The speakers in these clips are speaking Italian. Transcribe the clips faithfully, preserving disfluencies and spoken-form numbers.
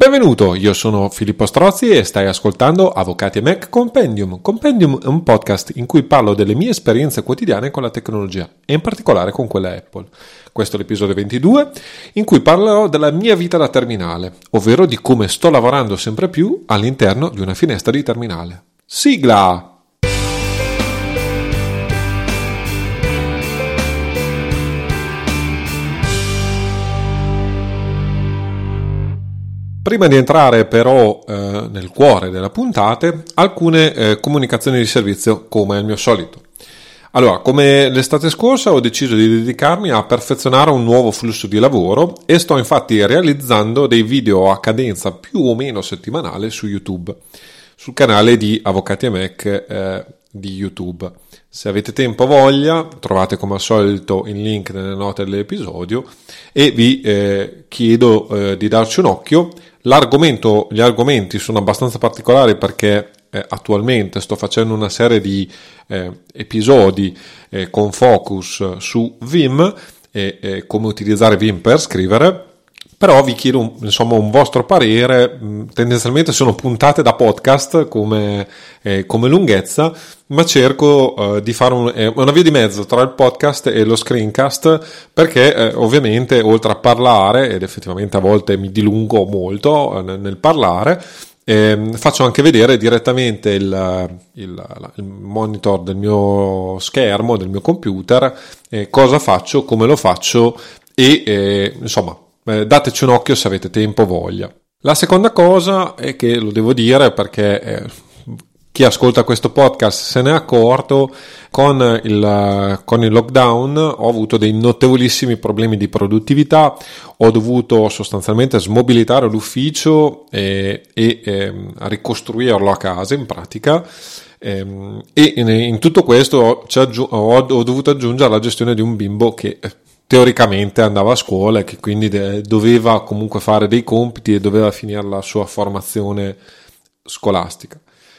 Benvenuto, io sono Filippo Strozzi e stai ascoltando Avvocati e Mac Compendium. Compendium è un podcast in cui parlo delle mie esperienze quotidiane con la tecnologia e in particolare con quella Apple. Questo è l'episodio ventidue in cui parlerò della mia vita da terminale, ovvero di come sto lavorando sempre più all'interno di una finestra di terminale. Sigla! Prima di entrare però eh, nel cuore della puntata, alcune eh, comunicazioni di servizio come al mio solito. Allora, come l'estate scorsa ho deciso di dedicarmi a perfezionare un nuovo flusso di lavoro e sto infatti realizzando dei video a cadenza più o meno settimanale su YouTube, sul canale di Avvocati e Mac eh, di YouTube. Se avete tempo o voglia, trovate come al solito il link nelle note dell'episodio e vi eh, chiedo eh, di darci un occhio. L'argomento, gli argomenti sono abbastanza particolari perché eh, attualmente sto facendo una serie di eh, episodi eh, con focus su Vim e eh, come utilizzare Vim per scrivere. Però vi chiedo un, insomma un vostro parere. Tendenzialmente sono puntate da podcast come, eh, come lunghezza, ma cerco eh, di fare un, eh, una via di mezzo tra il podcast e lo screencast, perché eh, ovviamente oltre a parlare, ed effettivamente a volte mi dilungo molto nel, nel parlare, eh, faccio anche vedere direttamente il, il, il monitor del mio schermo, del mio computer, eh, cosa faccio, come lo faccio e eh, insomma Eh, dateci un occhio se avete tempo o voglia. La seconda cosa è che lo devo dire perché eh, chi ascolta questo podcast se ne è accorto, con il, con il lockdown ho avuto dei notevolissimi problemi di produttività, ho dovuto sostanzialmente smobilitare l'ufficio e, e eh, ricostruirlo a casa in pratica. E in, in tutto questo ho, ho, ho dovuto aggiungere la gestione di un bimbo che teoricamente andava a scuola e che quindi de- doveva comunque fare dei compiti e doveva finire la sua formazione scolastica.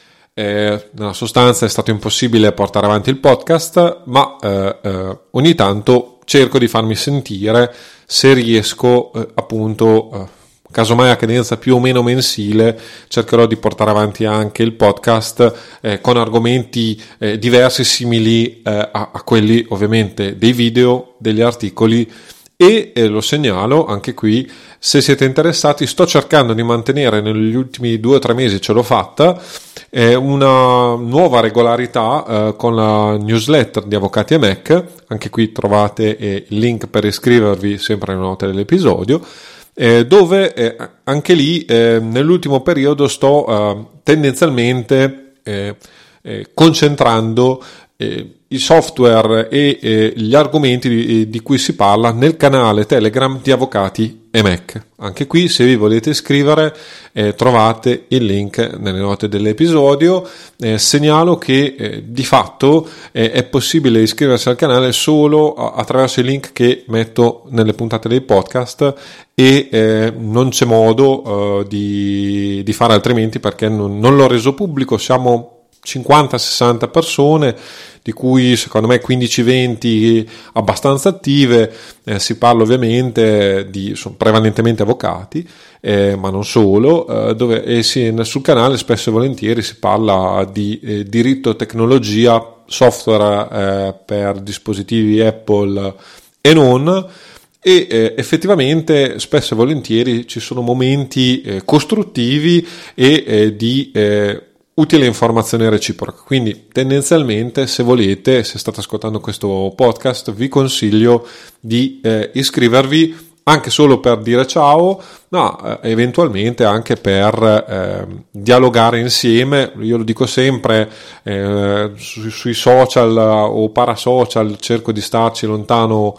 Eh, nella sostanza è stato impossibile portare avanti il podcast, ma eh, eh, ogni tanto cerco di farmi sentire se riesco eh, appunto eh, casomai a cadenza più o meno mensile cercherò di portare avanti anche il podcast eh, con argomenti eh, diversi, simili eh, a, a quelli ovviamente dei video, degli articoli e eh, lo segnalo anche qui, se siete interessati sto cercando di mantenere negli ultimi due o tre mesi, ce l'ho fatta, eh, una nuova regolarità eh, con la newsletter di Avvocati e Mac. Anche qui trovate eh, il link per iscrivervi sempre nelle note dell'episodio. Eh, dove eh, anche lì eh, nell'ultimo periodo sto eh, tendenzialmente eh, eh, concentrando eh, i software e eh, gli argomenti di, di cui si parla nel canale Telegram di Avvocati e Mac. Anche qui, se vi volete iscrivere, eh, trovate il link nelle note dell'episodio. Eh, segnalo che eh, di fatto eh, è possibile iscriversi al canale solo a- attraverso il link che metto nelle puntate dei podcast e eh, non c'è modo eh, di, di fare altrimenti, perché non, non l'ho reso pubblico. Siamo cinquanta sessanta persone, di cui secondo me quindici venti abbastanza attive, eh, si parla ovviamente di, sono prevalentemente avvocati, eh, ma non solo, eh, dove e si, sul canale spesso e volentieri si parla di eh, diritto, tecnologia, software eh, per dispositivi Apple e non, e eh, effettivamente spesso e volentieri ci sono momenti eh, costruttivi e eh, di eh, utile informazione reciproca. Quindi tendenzialmente, se volete, se state ascoltando questo podcast, vi consiglio di eh, iscrivervi anche solo per dire ciao, ma eh, eventualmente anche per eh, dialogare insieme. Io lo dico sempre, eh, su, sui social o parasocial cerco di starci lontano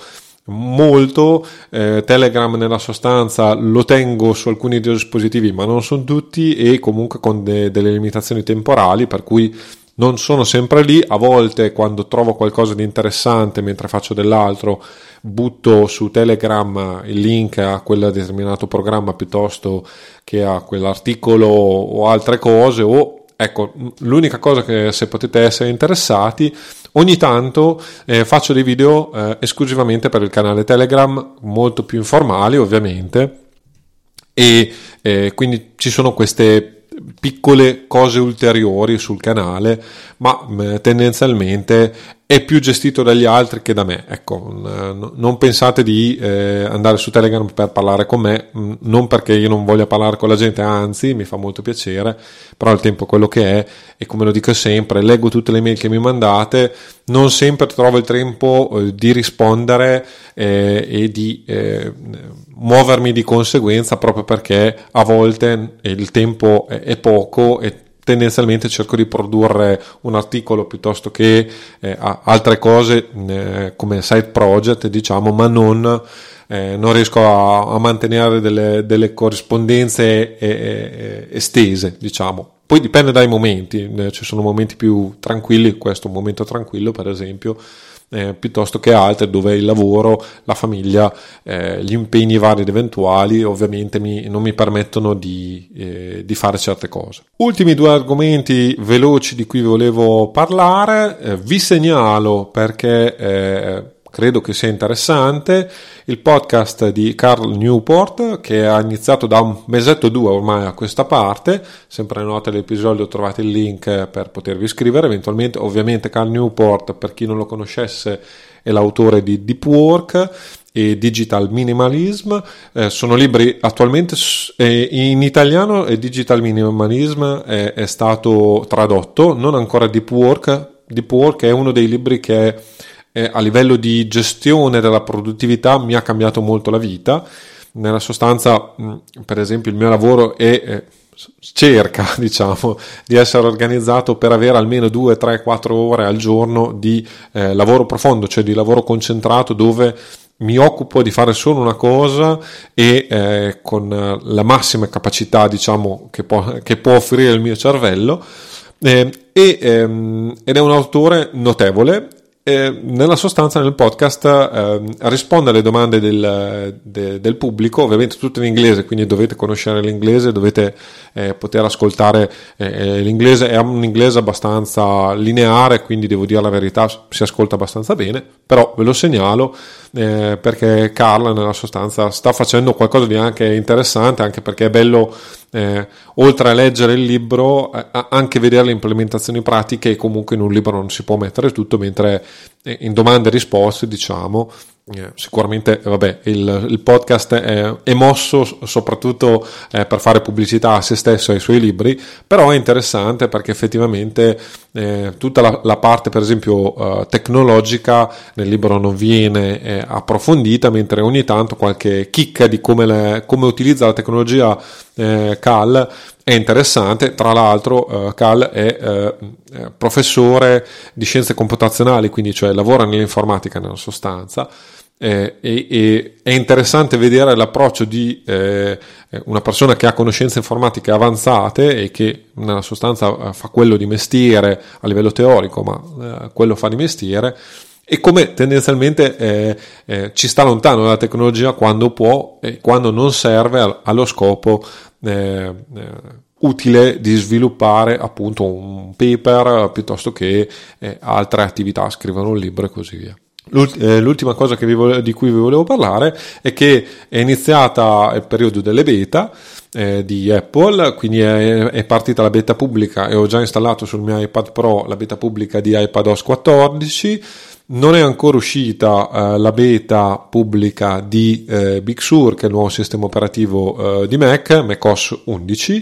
molto. eh, Telegram nella sostanza lo tengo su alcuni dispositivi ma non su tutti, e comunque con de- delle limitazioni temporali, per cui non sono sempre lì. A volte, quando trovo qualcosa di interessante mentre faccio dell'altro, butto su Telegram il link a quel determinato programma piuttosto che a quell'articolo o altre cose. O ecco, l'unica cosa che, se potete essere interessati, ogni tanto eh, faccio dei video eh, esclusivamente per il canale Telegram, molto più informali ovviamente, e eh, quindi ci sono queste piccole cose ulteriori sul canale, ma mh, tendenzialmente è più gestito dagli altri che da me. Ecco, n- non pensate di eh, andare su Telegram per parlare con me, mh, non perché io non voglia parlare con la gente, anzi mi fa molto piacere, però il tempo è quello che è, e come lo dico sempre, leggo tutte le mail che mi mandate, non sempre trovo il tempo eh, di rispondere eh, e di eh, muovermi di conseguenza, proprio perché a volte il tempo è, è poco e tendenzialmente cerco di produrre un articolo piuttosto che eh, altre cose eh, come side project, diciamo, ma non, eh, non riesco a, a mantenere delle, delle corrispondenze eh, eh, estese, diciamo. Poi dipende dai momenti, eh, ci sono momenti più tranquilli, questo è un momento tranquillo per esempio, Eh, piuttosto che altre dove il lavoro, la famiglia, eh, gli impegni vari ed eventuali ovviamente mi, non mi permettono di, eh, di fare certe cose. Ultimi due argomenti veloci di cui volevo parlare, eh, vi segnalo perché eh, credo che sia interessante il podcast di Cal Newport, che ha iniziato da un mesetto o due ormai a questa parte. Sempre nelle note dell'episodio trovate il link per potervi iscrivere eventualmente. Ovviamente Cal Newport, per chi non lo conoscesse, è l'autore di Deep Work e Digital Minimalism. Eh, sono libri attualmente eh, in italiano, e Digital Minimalism è, è stato tradotto, non ancora Deep Work. Deep Work è uno dei libri che è Eh, a livello di gestione della produttività mi ha cambiato molto la vita. Nella sostanza, mh, per esempio, il mio lavoro è, eh, cerca, diciamo, di essere organizzato per avere almeno due, tre, quattro ore al giorno di eh, lavoro profondo, cioè di lavoro concentrato, dove mi occupo di fare solo una cosa e eh, con la massima capacità, diciamo, che può, che può offrire il mio cervello. Eh, e, ehm, ed è un autore notevole. Eh, nella sostanza nel podcast eh, risponde alle domande del, de, del pubblico, ovviamente tutto in inglese, quindi dovete conoscere l'inglese, dovete eh, poter ascoltare eh, l'inglese. È un inglese abbastanza lineare, quindi devo dire la verità, si ascolta abbastanza bene, però ve lo segnalo eh, perché Carl nella sostanza sta facendo qualcosa di anche interessante, anche perché è bello eh, oltre a leggere il libro eh, anche vedere le implementazioni pratiche, e comunque in un libro non si può mettere tutto, mentre in domande e risposte, diciamo, eh, sicuramente vabbè, il, il podcast è, è mosso soprattutto eh, per fare pubblicità a se stesso e ai suoi libri, però è interessante perché effettivamente eh, tutta la, la parte per esempio eh, tecnologica nel libro non viene eh, approfondita, mentre ogni tanto qualche chicca di come, le, come utilizza la tecnologia eh, Cal è interessante. Tra l'altro eh, Cal è eh, professore di scienze computazionali, quindi cioè lavora nell'informatica nella sostanza, eh, e, e è interessante vedere l'approccio di eh, una persona che ha conoscenze informatiche avanzate e che nella sostanza fa quello di mestiere a livello teorico, ma eh, quello fa di mestiere, e come tendenzialmente eh, eh, ci sta lontano dalla tecnologia quando può e quando non serve allo scopo eh, eh, utile di sviluppare appunto un paper piuttosto che eh, altre attività, scrivere un libro e così via. L'ultima cosa che vi vole- di cui vi volevo parlare è che è iniziata il periodo delle beta eh, di Apple, quindi è, è partita la beta pubblica e ho già installato sul mio iPad Pro la beta pubblica di iPadOS quattordici. Non è ancora uscita eh, la beta pubblica di eh, Big Sur, che è il nuovo sistema operativo eh, di Mac, macOS undici,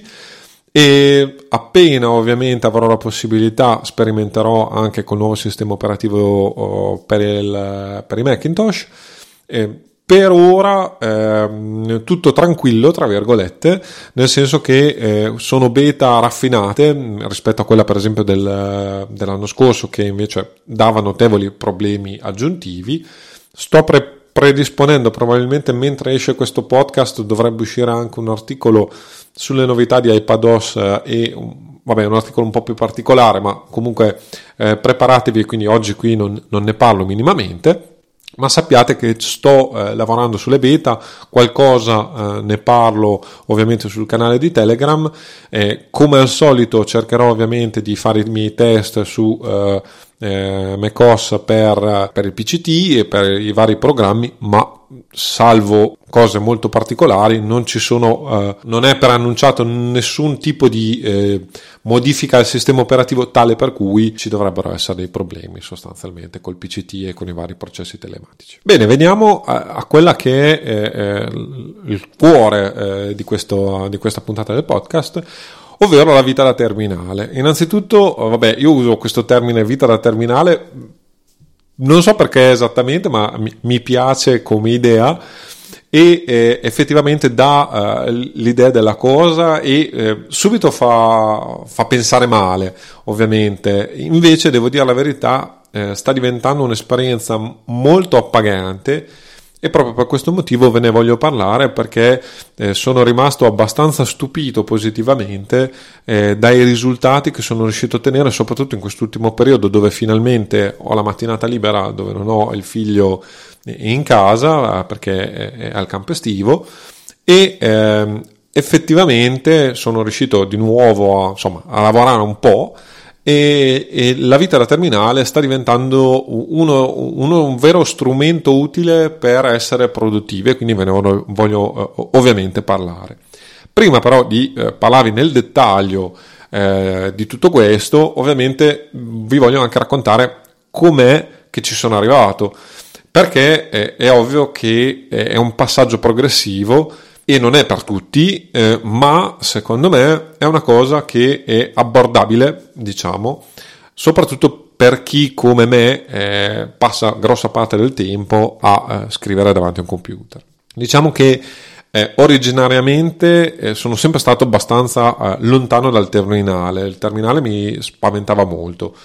e appena ovviamente avrò la possibilità sperimenterò anche col nuovo sistema operativo oh, per, il, per i Macintosh. E per ora eh, tutto tranquillo tra virgolette, nel senso che eh, sono beta raffinate rispetto a quella per esempio del, dell'anno scorso, che invece dava notevoli problemi aggiuntivi. Sto pre- predisponendo, probabilmente mentre esce questo podcast dovrebbe uscire anche un articolo sulle novità di iPadOS e un, vabbè, un articolo un po' più particolare, ma comunque eh, preparatevi, quindi oggi qui non, non ne parlo minimamente. Ma sappiate che sto eh, lavorando sulle beta, qualcosa eh, ne parlo ovviamente sul canale di Telegram, eh, come al solito cercherò ovviamente di fare i miei test su eh, eh, macOS per, per il P C T e per i vari programmi, ma salvo cose molto particolari non ci sono, eh, non è preannunciato nessun tipo di eh, modifica al sistema operativo tale per cui ci dovrebbero essere dei problemi sostanzialmente col P C T e con i vari processi telematici. Bene, veniamo a, a quella che è eh, il cuore eh, di, questo, di questa puntata del podcast, ovvero la vita da terminale. Innanzitutto, vabbè, io uso questo termine vita da terminale, non so perché esattamente, ma mi, mi piace come idea e eh, effettivamente dà eh, l'idea della cosa e eh, subito fa, fa pensare male, ovviamente. Invece, devo dire la verità, eh, sta diventando un'esperienza molto appagante. E proprio per questo motivo ve ne voglio parlare, perché eh, sono rimasto abbastanza stupito positivamente eh, dai risultati che sono riuscito a ottenere, soprattutto in quest'ultimo periodo dove finalmente ho la mattinata libera, dove non ho il figlio in casa eh, perché è, è al campo estivo e eh, effettivamente sono riuscito di nuovo a, insomma, a lavorare un po'. E, e la vita da terminale sta diventando uno, uno, un vero strumento utile per essere produttivi, e quindi ve ne voglio, voglio eh, ovviamente parlare. Prima però di eh, parlarvi nel dettaglio eh, di tutto questo, ovviamente vi voglio anche raccontare com'è che ci sono arrivato, perché è, è ovvio che è un passaggio progressivo e non è per tutti, eh, ma secondo me è una cosa che è abbordabile, diciamo, soprattutto per chi come me eh, passa grossa parte del tempo a eh, scrivere davanti a un computer. Diciamo che eh, originariamente eh, sono sempre stato abbastanza eh, lontano dal terminale, il terminale mi spaventava molto.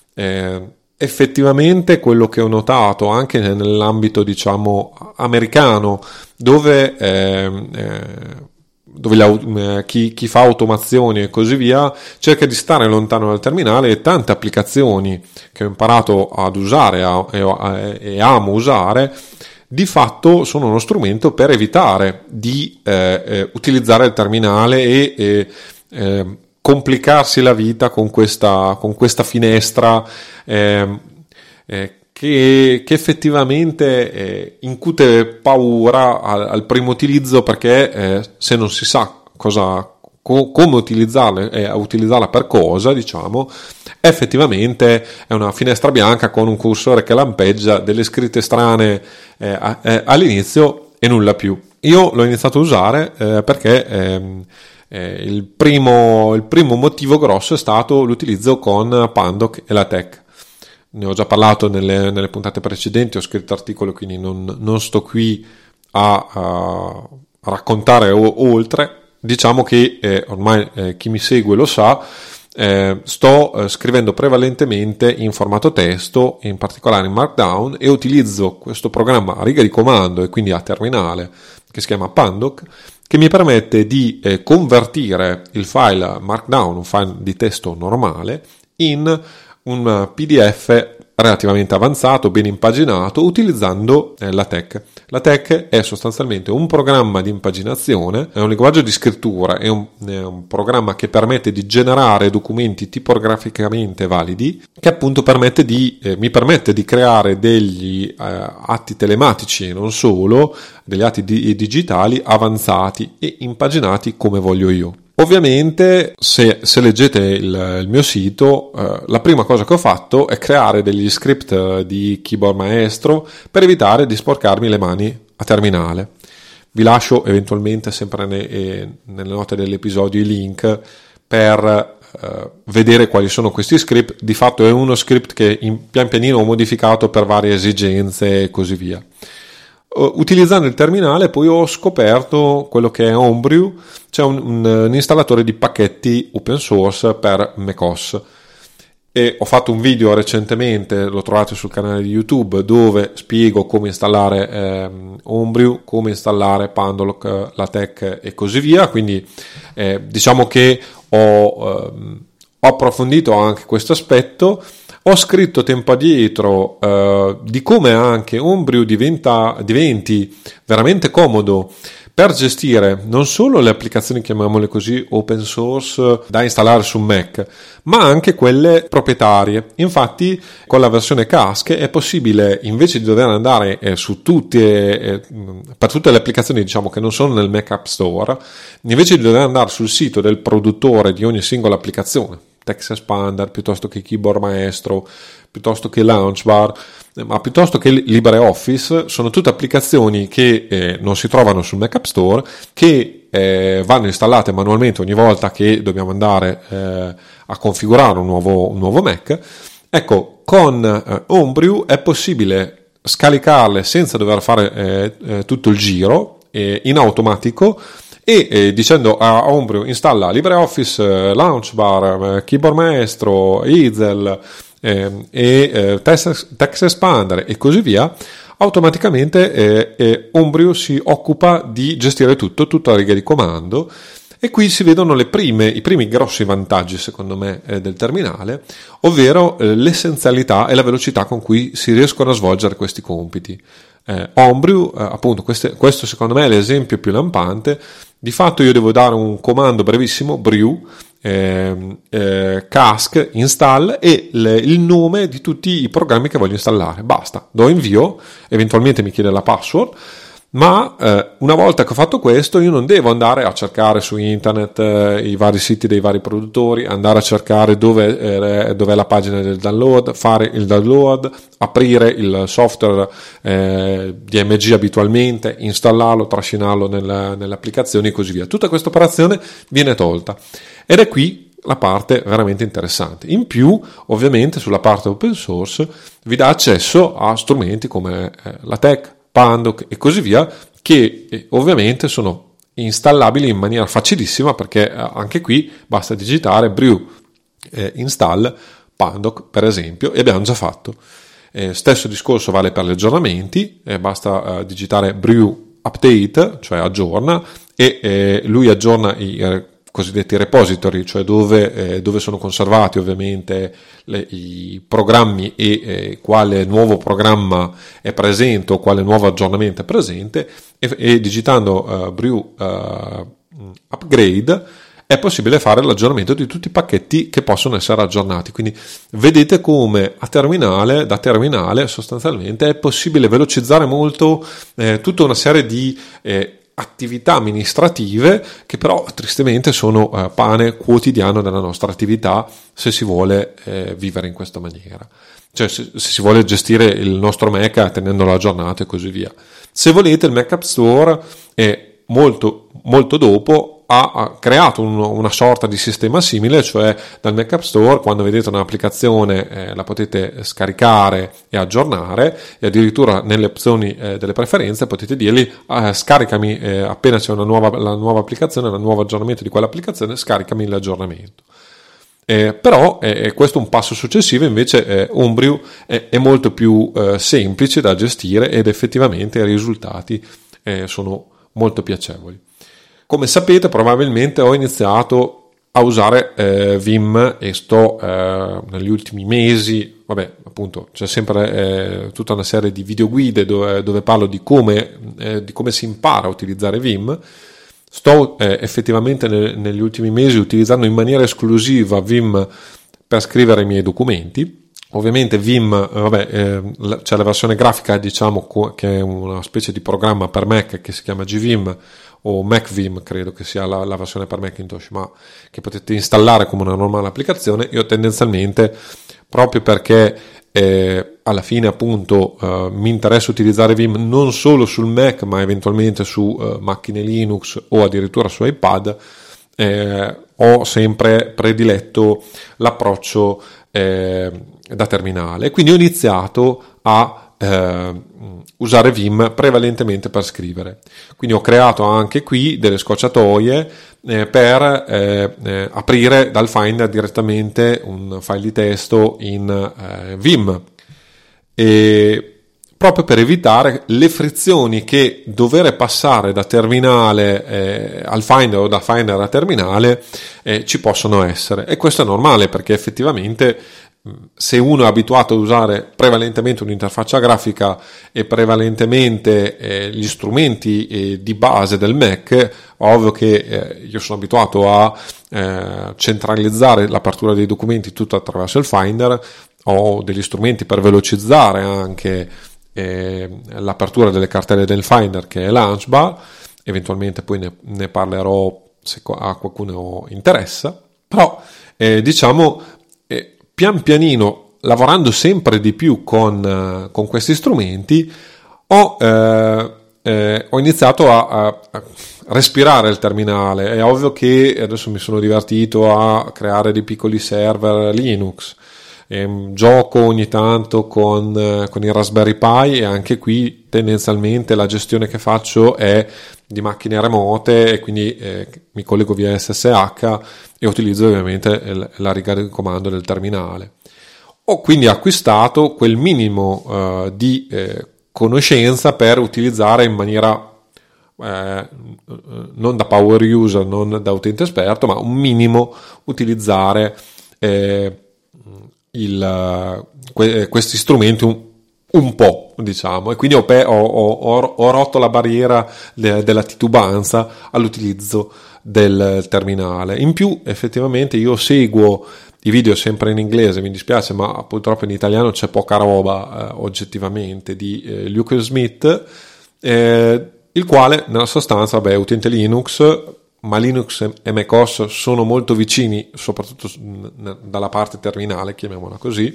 Eh, Effettivamente quello che ho notato anche nell'ambito, diciamo, americano, dove, eh, eh, dove la, chi, chi fa automazioni e così via cerca di stare lontano dal terminale, e tante applicazioni che ho imparato ad usare a, e, e amo usare di fatto sono uno strumento per evitare di eh, eh, utilizzare il terminale e eh, eh, complicarsi la vita con questa, con questa finestra eh, eh, che, che effettivamente eh, incute paura al, al primo utilizzo, perché eh, se non si sa cosa, co, come utilizzarla e eh, utilizzarla per cosa, diciamo, effettivamente è una finestra bianca con un cursore che lampeggia, delle scritte strane eh, eh, all'inizio e nulla più. Io l'ho iniziato a usare eh, perché ehm, Eh, il, primo, il primo motivo grosso è stato l'utilizzo con Pandoc e LaTeX. Ne ho già parlato nelle, nelle puntate precedenti, ho scritto articoli, quindi non, non sto qui a, a raccontare o, oltre. Diciamo che eh, ormai eh, chi mi segue lo sa, eh, sto eh, scrivendo prevalentemente in formato testo, in particolare in Markdown, e utilizzo questo programma a riga di comando e quindi a terminale che si chiama Pandoc, che mi permette di eh, convertire il file Markdown, un file di testo normale, in un P D F relativamente avanzato, ben impaginato, utilizzando eh, LaTeX. LaTeX è sostanzialmente un programma di impaginazione, è un linguaggio di scrittura, è un, è un programma che permette di generare documenti tipograficamente validi, che appunto permette di, eh, mi permette di creare degli eh, atti telematici e non solo, degli atti di, digitali avanzati e impaginati come voglio io. Ovviamente, se, se leggete il, il mio sito, eh, la prima cosa che ho fatto è creare degli script di keyboard maestro per evitare di sporcarmi le mani a terminale. Vi lascio eventualmente sempre ne, eh, nelle note dell'episodio i link per eh, vedere quali sono questi script. Di fatto è uno script che in pian pianino ho modificato per varie esigenze e così via. Utilizzando il terminale poi ho scoperto quello che è Homebrew, cioè un, un, un installatore di pacchetti open source per macOS, e ho fatto un video recentemente, lo trovate sul canale di YouTube, dove spiego come installare eh, Homebrew, come installare Pandoc, LaTeX e così via. Quindi eh, diciamo che ho, eh, ho approfondito anche questo aspetto. Ho scritto tempo addietro eh, di come anche Homebrew diventa, diventi veramente comodo per gestire non solo le applicazioni, chiamiamole così, open source da installare su Mac, ma anche quelle proprietarie. Infatti con la versione Cask è possibile, invece di dover andare eh, su tutte, eh, per tutte le applicazioni diciamo che non sono nel Mac App Store, invece di dover andare sul sito del produttore di ogni singola applicazione, Text Expander piuttosto che Keyboard Maestro, piuttosto che Launchbar, ma piuttosto che LibreOffice, sono tutte applicazioni che eh, non si trovano sul Mac App Store, che eh, vanno installate manualmente ogni volta che dobbiamo andare eh, a configurare un nuovo, un nuovo Mac. Ecco, con eh, Homebrew è possibile scaricarle senza dover fare eh, eh, tutto il giro, eh, in automatico, e eh, dicendo a Homebrew installa LibreOffice, eh, Launchbar, eh, Keyboard Maestro, Easel eh, e eh, Text, Text Expander e così via, automaticamente eh, eh, Homebrew si occupa di gestire tutto, tutto a riga di comando. E qui si vedono le prime, i primi grossi vantaggi, secondo me, eh, del terminale, ovvero eh, l'essenzialità e la velocità con cui si riescono a svolgere questi compiti. Eh, Homebrew, eh, appunto, queste, questo secondo me è l'esempio più lampante. Di fatto io devo dare un comando brevissimo, brew, eh, eh, cask, install e le, il nome di tutti i programmi che voglio installare. Basta, do invio, eventualmente mi chiede la password. Ma eh, una volta che ho fatto questo io non devo andare a cercare su internet eh, i vari siti dei vari produttori, andare a cercare dove eh, dov'è la pagina del download, fare il download, aprire il software eh, D M G abitualmente, installarlo, trascinarlo nella, nelle applicazioni e così via. Tutta questa operazione viene tolta ed è qui la parte veramente interessante. In più, ovviamente, sulla parte open source vi dà accesso a strumenti come eh, la Tech, Pandoc e così via, che eh, ovviamente sono installabili in maniera facilissima, perché eh, anche qui basta digitare brew eh, install Pandoc per esempio e abbiamo già fatto. Eh, stesso discorso vale per gli aggiornamenti, eh, basta eh, digitare brew update, cioè aggiorna, e eh, lui aggiorna i eh, cosiddetti repository, cioè dove, eh, dove sono conservati ovviamente le, i programmi e eh, quale nuovo programma è presente o quale nuovo aggiornamento è presente, e, e digitando uh, brew uh, upgrade è possibile fare l'aggiornamento di tutti i pacchetti che possono essere aggiornati. Quindi vedete come a terminale, da terminale sostanzialmente è possibile velocizzare molto eh, tutta una serie di eh, attività amministrative che però tristemente sono eh, pane quotidiano della nostra attività se si vuole eh, vivere in questa maniera, cioè se, se si vuole gestire il nostro Mac tenendolo aggiornato e così via. Se volete, il Mac App Store è molto, molto dopo ha, ha creato un, una sorta di sistema simile, cioè dal Mac App Store quando vedete un'applicazione eh, la potete scaricare e aggiornare, e addirittura nelle opzioni eh, delle preferenze potete dirgli eh, scaricami eh, appena c'è una nuova, la nuova applicazione, il nuovo aggiornamento di quell'applicazione, scaricami l'aggiornamento. Eh, però eh, questo è un passo successivo. Invece eh, Homebrew è, è molto più eh, semplice da gestire ed effettivamente i risultati eh, sono molto piacevoli. Come sapete, probabilmente ho iniziato a usare eh, Vim e sto eh, negli ultimi mesi, vabbè, appunto, c'è sempre eh, tutta una serie di videoguide dove, dove parlo di come, eh, di come si impara a utilizzare Vim. Sto eh, effettivamente ne, negli ultimi mesi utilizzando in maniera esclusiva Vim per scrivere i miei documenti. Ovviamente Vim, eh, vabbè, eh, c'è la versione grafica, diciamo, che è una specie di programma per Mac che si chiama gVim, o MacVim, credo che sia la, la versione per Macintosh, ma che potete installare come una normale applicazione. Io tendenzialmente, proprio perché eh, alla fine appunto eh, mi interessa utilizzare Vim non solo sul Mac, ma eventualmente su eh, macchine Linux o addirittura su iPad, eh, ho sempre prediletto l'approccio eh, da terminale. Quindi ho iniziato a Eh, usare Vim prevalentemente per scrivere. Quindi ho creato anche qui delle scorciatoie eh, per eh, eh, aprire dal Finder direttamente un file di testo in eh, Vim, e proprio per evitare le frizioni che dover passare da terminale eh, al Finder o da Finder a terminale eh, ci possono essere. E questo è normale, perché effettivamente se uno è abituato ad usare prevalentemente un'interfaccia grafica e prevalentemente eh, gli strumenti eh, di base del Mac, ovvio che eh, io sono abituato a eh, centralizzare l'apertura dei documenti tutto attraverso il Finder, ho degli strumenti per velocizzare anche eh, l'apertura delle cartelle del Finder, che è Launchbar. Eventualmente poi ne, ne parlerò se a qualcuno interessa, però eh, diciamo eh, pian pianino, lavorando sempre di più con, uh, con questi strumenti, ho, eh, eh, ho iniziato a, a, a respirare il terminale. È ovvio che adesso mi sono divertito a creare dei piccoli server Linux, ehm, gioco ogni tanto con, eh, con il Raspberry Pi, e anche qui tendenzialmente la gestione che faccio è di macchine remote, e quindi eh, mi collego via S S H e utilizzo ovviamente la riga di comando del terminale. Ho quindi acquistato quel minimo uh, di eh, conoscenza per utilizzare in maniera eh, non da power user, non da utente esperto, ma un minimo utilizzare eh, il, que, questi strumenti un, un po', diciamo, e quindi ho, ho, ho, ho rotto la barriera de, della titubanza all'utilizzo del terminale. In più, effettivamente, io seguo i video sempre in inglese, mi dispiace, ma purtroppo in italiano c'è poca roba eh, oggettivamente di eh, Luke Smith, eh, il quale nella sostanza, vabbè, è utente Linux, ma Linux e macOS sono molto vicini, soprattutto dalla parte terminale, chiamiamola così,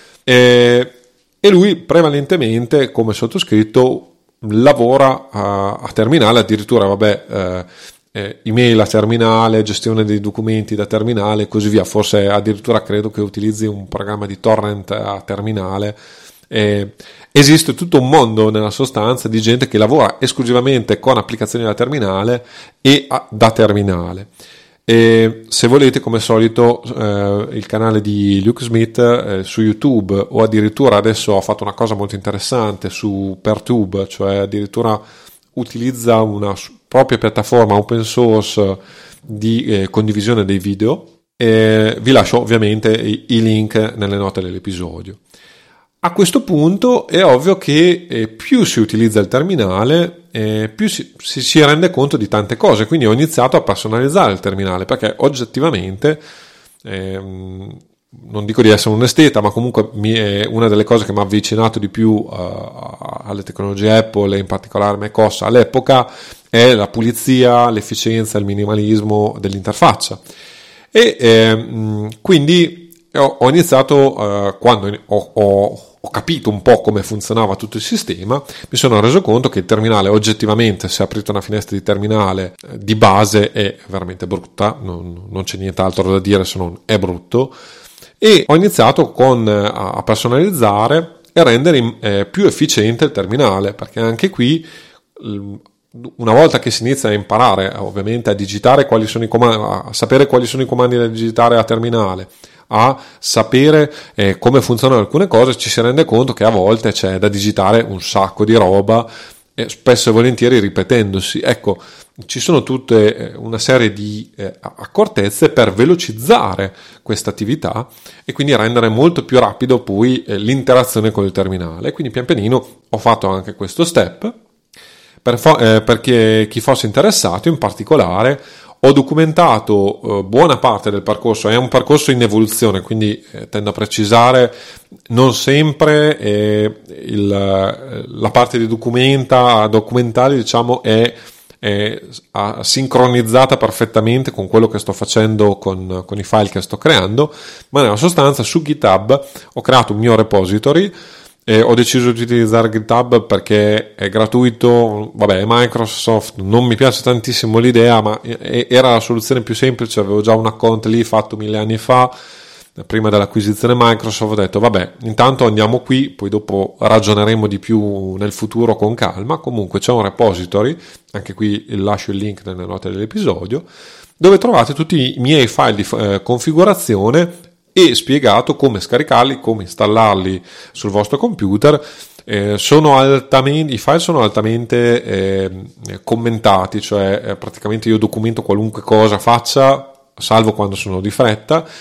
eh, e lui prevalentemente, come sottoscritto, lavora a, a terminale, addirittura, vabbè, eh, eh, email a terminale, gestione dei documenti da terminale e così via. Forse addirittura credo che utilizzi un programma di torrent a terminale. Eh, esiste tutto un mondo nella sostanza di gente che lavora esclusivamente con applicazioni da terminale e a, da terminale. E se volete, come solito, eh, il canale di Luke Smith eh, su YouTube, o addirittura adesso ho fatto una cosa molto interessante su Pertube, cioè addirittura utilizza una propria piattaforma open source di eh, condivisione dei video. E vi lascio ovviamente i, i link nelle note dell'episodio. A questo punto è ovvio che eh, più si utilizza il terminale, eh, più si, si, si rende conto di tante cose. Quindi ho iniziato a personalizzare il terminale, perché oggettivamente, ehm, non dico di essere un esteta, ma comunque mi è una delle cose che mi ha avvicinato di più uh, alle tecnologie Apple, e in particolare macOS all'epoca, è la pulizia, l'efficienza, il minimalismo dell'interfaccia. E ehm, quindi ho, ho iniziato, uh, quando ho, ho ho capito un po' come funzionava tutto il sistema, mi sono reso conto che il terminale, oggettivamente, se aprite una finestra di terminale di base, è veramente brutta, non, non c'è nient'altro da dire se non è brutto, e ho iniziato con, a personalizzare e rendere eh, più efficiente il terminale, perché anche qui, una volta che si inizia a imparare ovviamente a digitare quali sono i comandi, a sapere quali sono i comandi da digitare a terminale, a sapere eh, come funzionano alcune cose, ci si rende conto che a volte c'è da digitare un sacco di roba, eh, spesso e volentieri ripetendosi. Ecco, ci sono tutte eh, una serie di eh, accortezze per velocizzare questa attività e quindi rendere molto più rapido poi eh, l'interazione con il terminale. Quindi pian pianino ho fatto anche questo step per fo- eh, perché chi fosse interessato. In particolare ho documentato eh, buona parte del percorso, è un percorso in evoluzione, quindi eh, tendo a precisare, non sempre eh, il, la parte di documenta, documentare, diciamo, è, è sincronizzata perfettamente con quello che sto facendo con, con i file che sto creando, ma nella sostanza su GitHub ho creato un mio repository. E ho deciso di utilizzare GitHub perché è gratuito, vabbè, è Microsoft, non mi piace tantissimo l'idea, ma era la soluzione più semplice. Avevo già un account lì fatto mille anni fa, prima dell'acquisizione Microsoft. Ho detto vabbè, intanto andiamo qui, poi dopo ragioneremo di più nel futuro con calma. Comunque c'è un repository, anche qui lascio il link nelle note dell'episodio, dove trovate tutti i miei file di eh, configurazione e spiegato come scaricarli, come installarli sul vostro computer. Eh, sono altamente, i file sono altamente eh, commentati, cioè eh, praticamente io documento qualunque cosa faccia, salvo quando sono di fretta, e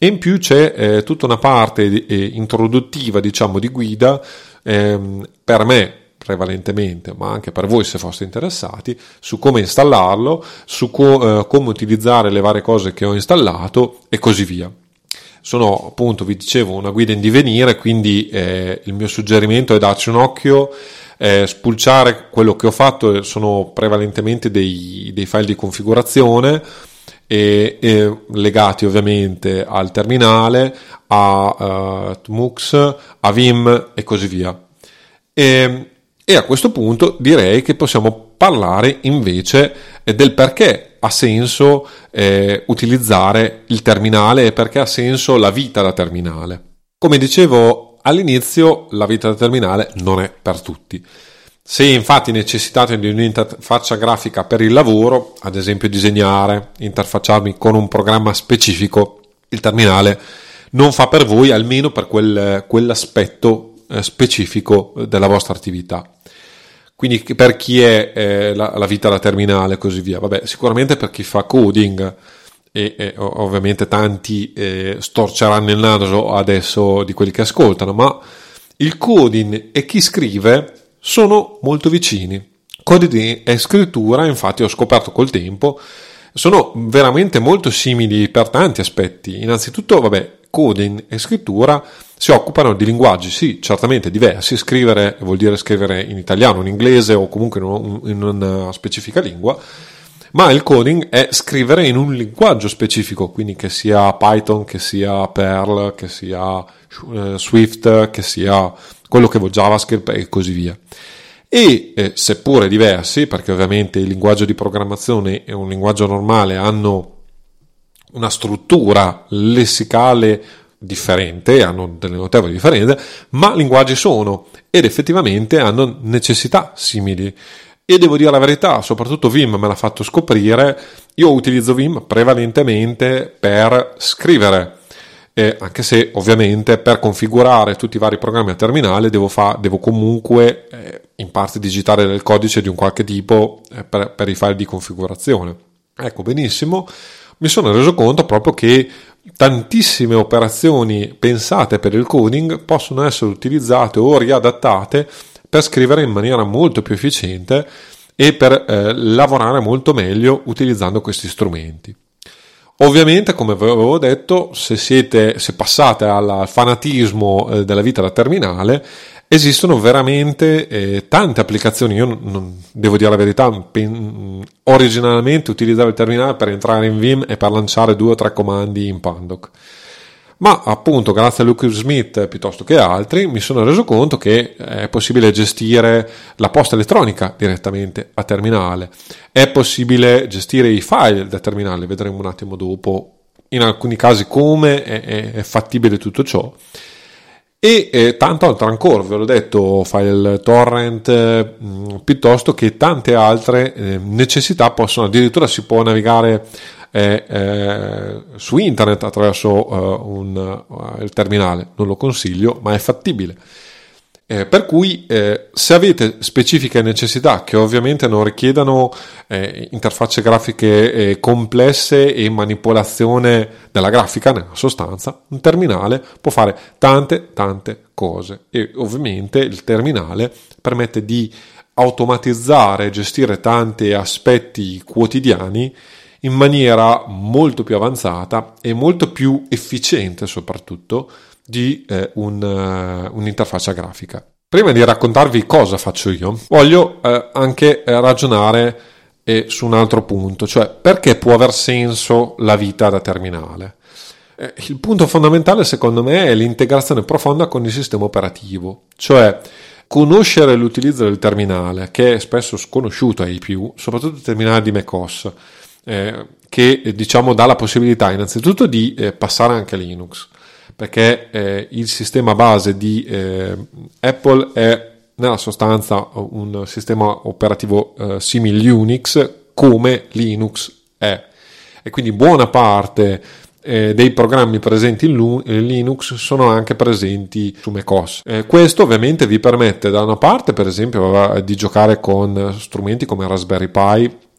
e in più c'è eh, tutta una parte di, eh, introduttiva, diciamo, di guida ehm, per me prevalentemente, ma anche per voi se foste interessati, su come installarlo, su co- eh, come utilizzare le varie cose che ho installato e così via. Sono, appunto, vi dicevo, una guida in divenire, quindi eh, il mio suggerimento è darci un occhio, eh, spulciare quello che ho fatto. Sono prevalentemente dei, dei file di configurazione e, e legati ovviamente al terminale, a uh, Tmux, a Vim e così via. E, e a questo punto direi che possiamo parlare invece del perché ha senso eh, utilizzare il terminale e perché ha senso la vita da terminale. Come dicevo all'inizio, la vita da terminale non è per tutti. Se infatti necessitate di un'interfaccia grafica per il lavoro, ad esempio disegnare, interfacciarmi con un programma specifico, il terminale non fa per voi, almeno per quel, quell'aspetto eh, specifico della vostra attività. Quindi per chi è eh, la, la vita da terminale e così via, vabbè, sicuramente per chi fa coding e, e ovviamente tanti eh, storceranno il naso adesso di quelli che ascoltano, ma il coding e chi scrive sono molto vicini. Coding e scrittura, infatti, ho scoperto col tempo, sono veramente molto simili per tanti aspetti. Innanzitutto, vabbè, coding e scrittura si occupano di linguaggi, sì, certamente diversi. Scrivere vuol dire scrivere in italiano, in inglese o comunque in una specifica lingua, ma il coding è scrivere in un linguaggio specifico, quindi che sia Python, che sia Perl, che sia eh, Swift, che sia quello che vuoi, JavaScript e così via. E eh, seppure diversi, perché ovviamente il linguaggio di programmazione e un linguaggio normale hanno una struttura lessicale differente, hanno delle notevoli differenze, ma linguaggi sono ed effettivamente hanno necessità simili. E devo dire la verità, soprattutto Vim me l'ha fatto scoprire. Io utilizzo Vim prevalentemente per scrivere, eh, anche se ovviamente per configurare tutti i vari programmi a terminale devo, fa- devo comunque eh, in parte digitare del codice di un qualche tipo eh, per, per i file di configurazione. Ecco, benissimo, mi sono reso conto proprio che tantissime operazioni pensate per il coding possono essere utilizzate o riadattate per scrivere in maniera molto più efficiente e per eh, lavorare molto meglio utilizzando questi strumenti. Ovviamente, come vi avevo detto, se siete, se passate al fanatismo eh, della vita da terminale, esistono veramente eh, tante applicazioni. Io non, non devo dire la verità, pen, originalmente utilizzavo il terminale per entrare in Vim e per lanciare due o tre comandi in Pandoc. Ma appunto, grazie a Luke Smith piuttosto che altri, mi sono reso conto che è possibile gestire la posta elettronica direttamente a terminale, è possibile gestire i file da terminale, vedremo un attimo dopo in alcuni casi come è, è, è fattibile tutto ciò. E eh, tanto altro ancora, ve l'ho detto, file torrent, eh, piuttosto che tante altre eh, necessità. Possono, addirittura si può navigare eh, eh, su internet attraverso eh, un, uh, il terminale. Non lo consiglio, ma è fattibile. Eh, per cui eh, se avete specifiche necessità che ovviamente non richiedano eh, interfacce grafiche eh, complesse e manipolazione della grafica, nella sostanza, un terminale può fare tante tante cose e ovviamente il terminale permette di automatizzare e gestire tanti aspetti quotidiani in maniera molto più avanzata e molto più efficiente soprattutto di eh, un, uh, un'interfaccia grafica. Prima di raccontarvi cosa faccio io, voglio eh, anche ragionare eh, su un altro punto, cioè perché può aver senso la vita da terminale. Eh, il punto fondamentale secondo me è l'integrazione profonda con il sistema operativo, cioè conoscere l'utilizzo del terminale, che è spesso sconosciuto ai più, soprattutto il terminale di macOS, eh, che eh, diciamo dà la possibilità innanzitutto di eh, passare anche a Linux, perché eh, il sistema base di eh, Apple è nella sostanza un sistema operativo eh, simile Unix come Linux è, e quindi buona parte eh, dei programmi presenti in, Lu- in Linux sono anche presenti su macOS. Eh, questo ovviamente vi permette da una parte, per esempio, di giocare con strumenti come Raspberry Pi, di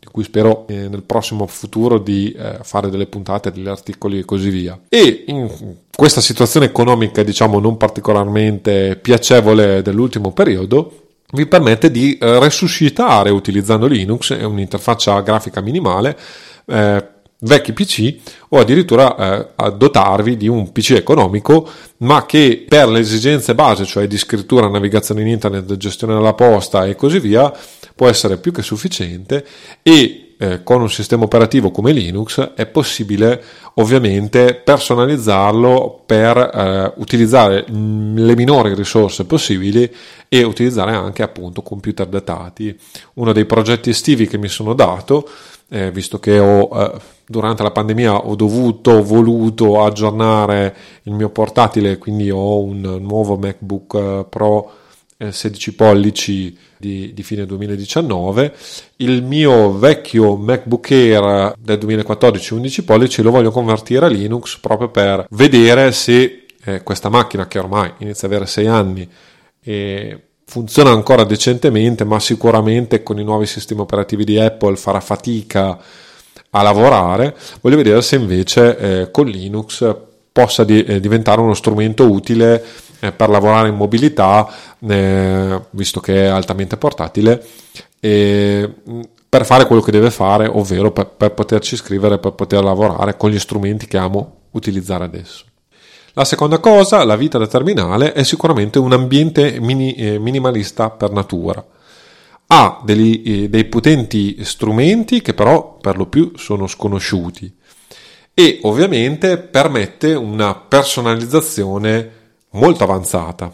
di cui spero eh, nel prossimo futuro di eh, fare delle puntate, degli articoli e così via. E in questa situazione economica, diciamo, non particolarmente piacevole dell'ultimo periodo, vi permette di eh, resuscitare utilizzando Linux e un'interfaccia grafica minimale eh, vecchi P C, o addirittura eh, a dotarvi di un P C economico, ma che per le esigenze base, cioè di scrittura, navigazione in internet, gestione della posta e così via, può essere più che sufficiente. E eh, con un sistema operativo come Linux è possibile ovviamente personalizzarlo per eh, utilizzare le minori risorse possibili e utilizzare anche appunto computer datati. Uno dei progetti estivi che mi sono dato, eh, visto che ho eh, durante la pandemia ho dovuto, ho voluto aggiornare il mio portatile, quindi ho un nuovo MacBook Pro eh, sedici pollici di, di fine duemiladiciannove. Il mio vecchio MacBook Air del duemilaquattordici undici pollici lo voglio convertire a Linux proprio per vedere se eh, questa macchina, che ormai inizia ad avere sei anni e funziona ancora decentemente, ma sicuramente con i nuovi sistemi operativi di Apple farà fatica a lavorare, voglio vedere se invece eh, con Linux possa di, eh, diventare uno strumento utile eh, per lavorare in mobilità, eh, visto che è altamente portatile, e per fare quello che deve fare, ovvero per, per poterci scrivere, per poter lavorare con gli strumenti che amo utilizzare adesso. La seconda cosa, la vita da terminale, è sicuramente un ambiente mini, eh, minimalista per natura. Ha degli, eh, dei potenti strumenti che però per lo più sono sconosciuti e ovviamente permette una personalizzazione molto avanzata.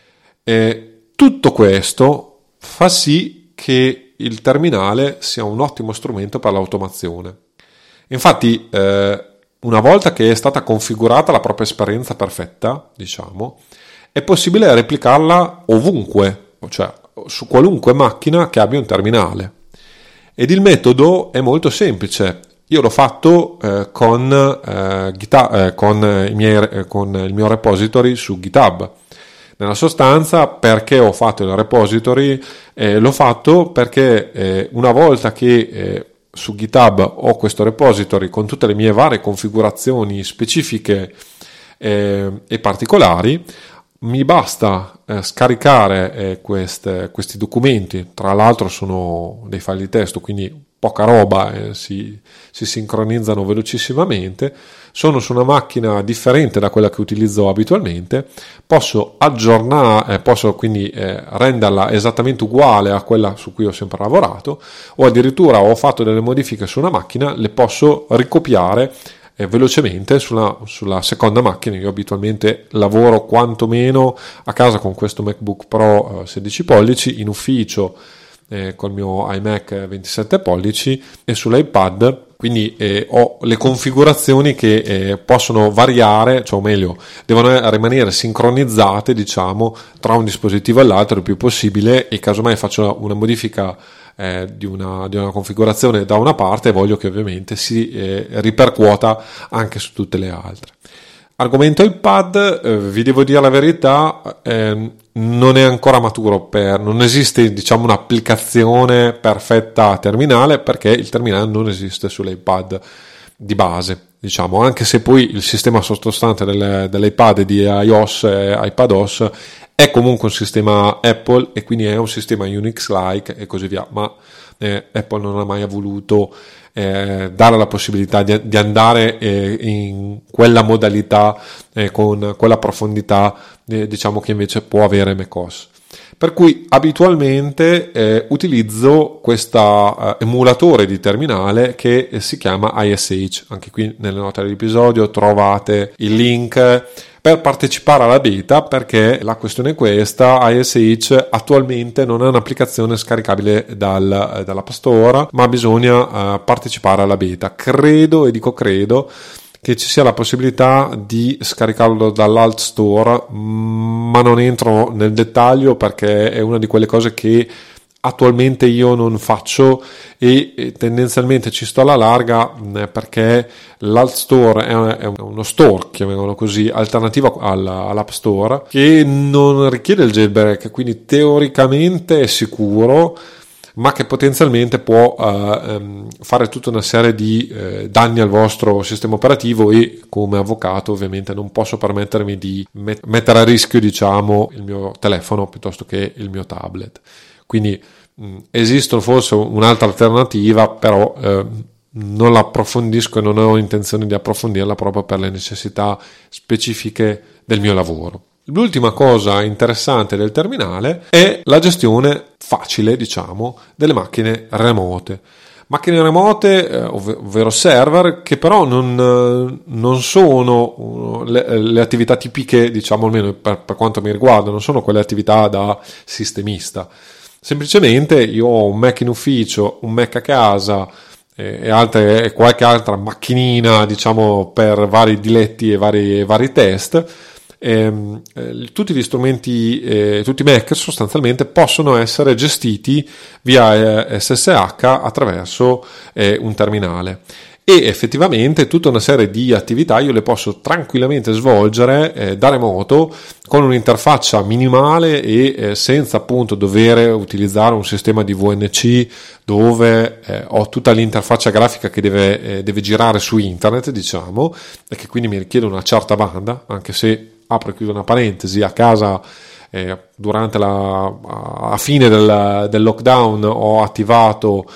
E tutto questo fa sì che il terminale sia un ottimo strumento per l'automazione. Infatti, eh, una volta che è stata configurata la propria esperienza perfetta, diciamo, è possibile replicarla ovunque, cioè su qualunque macchina che abbia un terminale. Ed il metodo è molto semplice. Io l'ho fatto eh, con, eh, GitHub, eh, con, i miei, eh, con il mio repository su GitHub. Nella sostanza, perché ho fatto il repository? Eh, l'ho fatto perché eh, una volta che eh, su GitHub ho questo repository con tutte le mie varie configurazioni specifiche eh, e particolari, mi basta eh, scaricare eh, queste, questi documenti. Tra l'altro sono dei file di testo, quindi poca roba, eh, si, si sincronizzano velocissimamente. Sono su una macchina differente da quella che utilizzo abitualmente, posso aggiornare, eh, posso quindi eh, renderla esattamente uguale a quella su cui ho sempre lavorato, o addirittura ho fatto delle modifiche su una macchina, le posso ricopiare eh, velocemente sulla, sulla seconda macchina. Io abitualmente lavoro quantomeno a casa con questo MacBook Pro eh, sedici pollici, in ufficio eh, col mio iMac ventisette pollici e sull'iPad. Quindi eh, ho le configurazioni che eh, possono variare, cioè o meglio, devono rimanere sincronizzate, diciamo, tra un dispositivo e l'altro il più possibile, e casomai faccio una modifica eh, di, una, di una configurazione da una parte e voglio che ovviamente si eh, ripercuota anche su tutte le altre. Argomento iPad, eh, vi devo dire la verità, eh, non è ancora maturo, per, non esiste, diciamo, un'applicazione perfetta a terminale, perché il terminale non esiste sull'iPad di base, diciamo, anche se poi il sistema sottostante delle, dell'iPad di iOS e iPadOS è comunque un sistema Apple e quindi è un sistema Unix-like e così via, ma eh, Apple non ha mai voluto Eh, dare la possibilità di, di andare eh, in quella modalità eh, con quella profondità eh, diciamo che invece può avere macOS. Per cui abitualmente eh, utilizzo questo eh, emulatore di terminale che eh, si chiama I S H. Anche qui nelle note dell'episodio trovate il link per partecipare alla beta, perché la questione è questa: I S H attualmente non è un'applicazione scaricabile dal, dall'App Store, ma bisogna uh, partecipare alla beta. Credo, e dico credo, che ci sia la possibilità di scaricarlo dall'Alt Store, ma non entro nel dettaglio perché è una di quelle cose che attualmente io non faccio e tendenzialmente ci sto alla larga, perché l'Alt Store è uno store, chiamiamolo così, alternativo all'App Store, che non richiede il jailbreak, quindi teoricamente è sicuro. ma che potenzialmente può uh, um, fare tutta una serie di uh, danni al vostro sistema operativo, e come avvocato ovviamente non posso permettermi di met- mettere a rischio, diciamo, il mio telefono piuttosto che il mio tablet. Quindi mh, esistono forse un'altra alternativa, però uh, non la approfondisco e non ho intenzione di approfondirla proprio per le necessità specifiche del mio lavoro. L'ultima cosa interessante del terminale è la gestione facile, diciamo, delle macchine remote. Macchine remote, eh, ov- ovvero server, che però non, non sono uh, le, le attività tipiche, diciamo, almeno per, per quanto mi riguarda, non sono quelle attività da sistemista. Semplicemente io ho un Mac in ufficio, un Mac a casa e, e, altre, e qualche altra macchinina, diciamo, per vari diletti e vari, vari test. Eh, eh, tutti gli strumenti, eh, tutti i Mac sostanzialmente possono essere gestiti via eh, S S H attraverso eh, un terminale, e effettivamente tutta una serie di attività io le posso tranquillamente svolgere eh, da remoto con un'interfaccia minimale e eh, senza appunto dover utilizzare un sistema di V N C dove eh, ho tutta l'interfaccia grafica che deve, eh, deve girare su internet, diciamo, e che quindi mi richiede una certa banda, anche se, apro e chiudo una parentesi, a casa eh, durante la a fine del, del lockdown ho attivato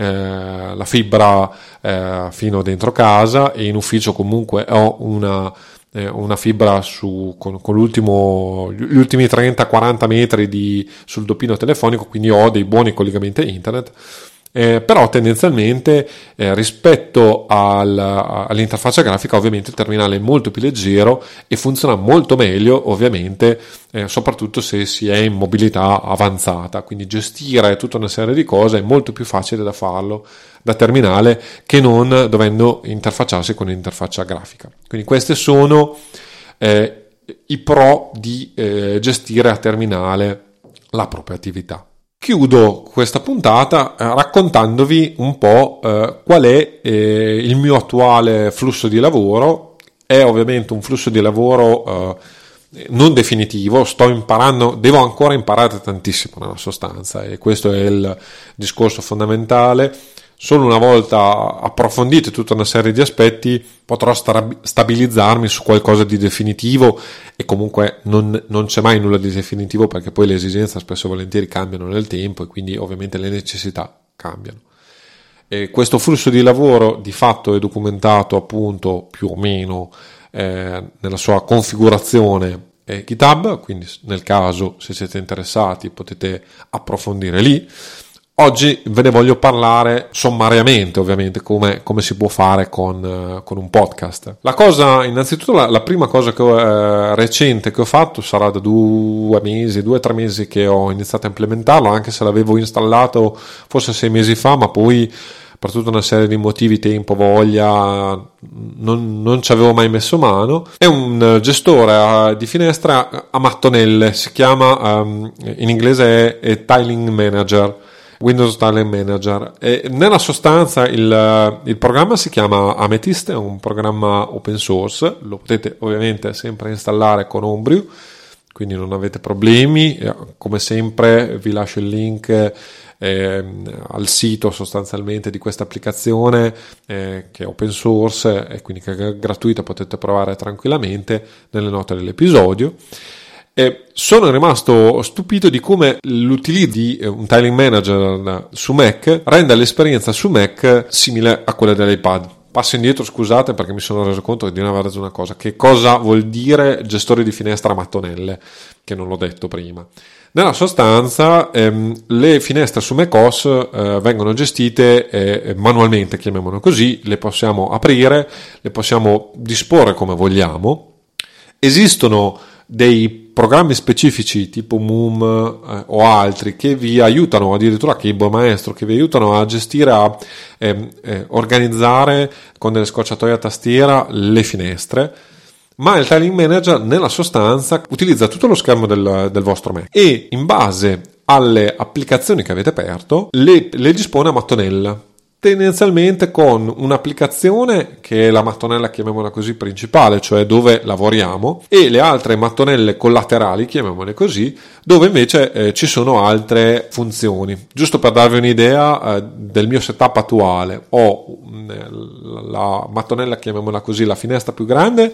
eh, la fibra eh, fino dentro casa, e in ufficio comunque ho una, eh, una fibra su, con, con l'ultimo, gli ultimi trenta quaranta metri di, sul doppino telefonico, quindi ho dei buoni collegamenti a internet. Eh, però tendenzialmente eh, rispetto al, all'interfaccia grafica ovviamente il terminale è molto più leggero e funziona molto meglio, ovviamente eh, soprattutto se si è in mobilità avanzata, quindi gestire tutta una serie di cose è molto più facile da farlo da terminale che non dovendo interfacciarsi con l'interfaccia grafica. Quindi questi sono eh, i pro di eh, gestire a terminale la propria attività. Chiudo questa puntata eh, raccontandovi un po' eh, qual è eh, il mio attuale flusso di lavoro. È ovviamente un flusso di lavoro eh, non definitivo, sto imparando, devo ancora imparare tantissimo nella sostanza, e questo è il discorso fondamentale. Solo una volta approfondite tutta una serie di aspetti potrò star- stabilizzarmi su qualcosa di definitivo, e comunque non, non c'è mai nulla di definitivo, perché poi le esigenze spesso e volentieri cambiano nel tempo e quindi ovviamente le necessità cambiano. E questo flusso di lavoro di fatto è documentato appunto più o meno eh, nella sua configurazione eh, GitHub, quindi nel caso se siete interessati potete approfondire lì. Oggi ve ne voglio parlare sommariamente, ovviamente, come, come si può fare con, uh, con un podcast. La cosa, innanzitutto, la, la prima cosa che ho, eh, recente che ho fatto sarà da due mesi, due o tre mesi che ho iniziato a implementarlo, anche se l'avevo installato forse sei mesi fa, ma poi per tutta una serie di motivi, tempo, voglia, non, non ci avevo mai messo mano. È un gestore uh, di finestra a mattonelle, si chiama, um, in inglese è, è Tiling Manager. Windows Tiling Manager, e nella sostanza il, il programma si chiama Amethyst, è un programma open source, lo potete ovviamente sempre installare con Homebrew, quindi non avete problemi. Come sempre vi lascio il link eh, al sito sostanzialmente di questa applicazione eh, che è open source e quindi che è gratuita, potete provare tranquillamente nelle note dell'episodio. E sono rimasto stupito di come l'utilizzo di un Tiling Manager su Mac renda l'esperienza su Mac simile a quella dell'iPad. Passo indietro, scusate, perché mi sono reso conto di non aver detto una cosa. Che cosa vuol dire gestore di finestra a mattonelle? Che non l'ho detto prima. Nella sostanza, ehm, le finestre su macOS eh, vengono gestite eh, manualmente, chiamiamolo così, le possiamo aprire, le possiamo disporre come vogliamo. Esistono dei programmi specifici tipo Moom eh, o altri che vi aiutano, addirittura Keyboard Maestro, che vi aiutano a gestire, a eh, eh, organizzare con delle scorciatoie a tastiera le finestre, ma il Tiling Manager nella sostanza utilizza tutto lo schermo del, del vostro Mac e in base alle applicazioni che avete aperto le, le dispone a mattonella. tendenzialmente con un'applicazione che è la mattonella, chiamiamola così, principale, cioè dove lavoriamo, e le altre mattonelle collaterali, chiamiamole così, dove invece eh, ci sono altre funzioni. Giusto per darvi un'idea eh, del mio setup attuale, ho mh, la mattonella, chiamiamola così, la finestra più grande,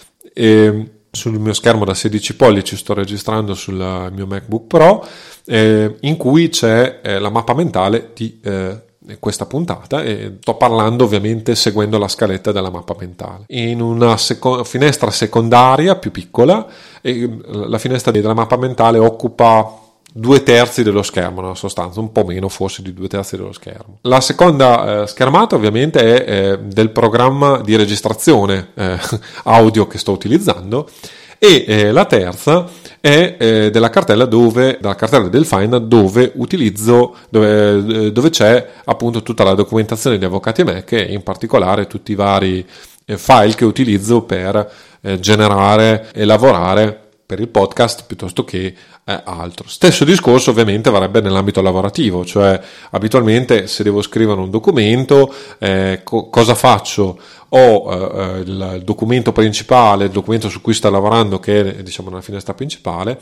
e sul mio schermo da sedici pollici sto registrando sul mio MacBook Pro, eh, in cui c'è eh, la mappa mentale di eh, questa puntata, e sto parlando ovviamente seguendo la scaletta della mappa mentale. In una seco- finestra secondaria più piccola, e la finestra della mappa mentale occupa due terzi dello schermo, nella sostanza, un po' meno forse di due terzi dello schermo. La seconda eh, schermata ovviamente è eh, del programma di registrazione eh, audio che sto utilizzando, e eh, la terza è eh, della cartella dove, della cartella del Finder, dove utilizzo, dove, dove c'è appunto tutta la documentazione di Avvocati Mac, e in particolare tutti i vari eh, file che utilizzo per eh, generare e lavorare per il podcast piuttosto che eh, altro. Stesso discorso ovviamente varrebbe nell'ambito lavorativo, cioè abitualmente se devo scrivere un documento, eh, co- cosa faccio? Ho eh, il documento principale, il documento su cui sto lavorando, che è, diciamo, nella finestra principale,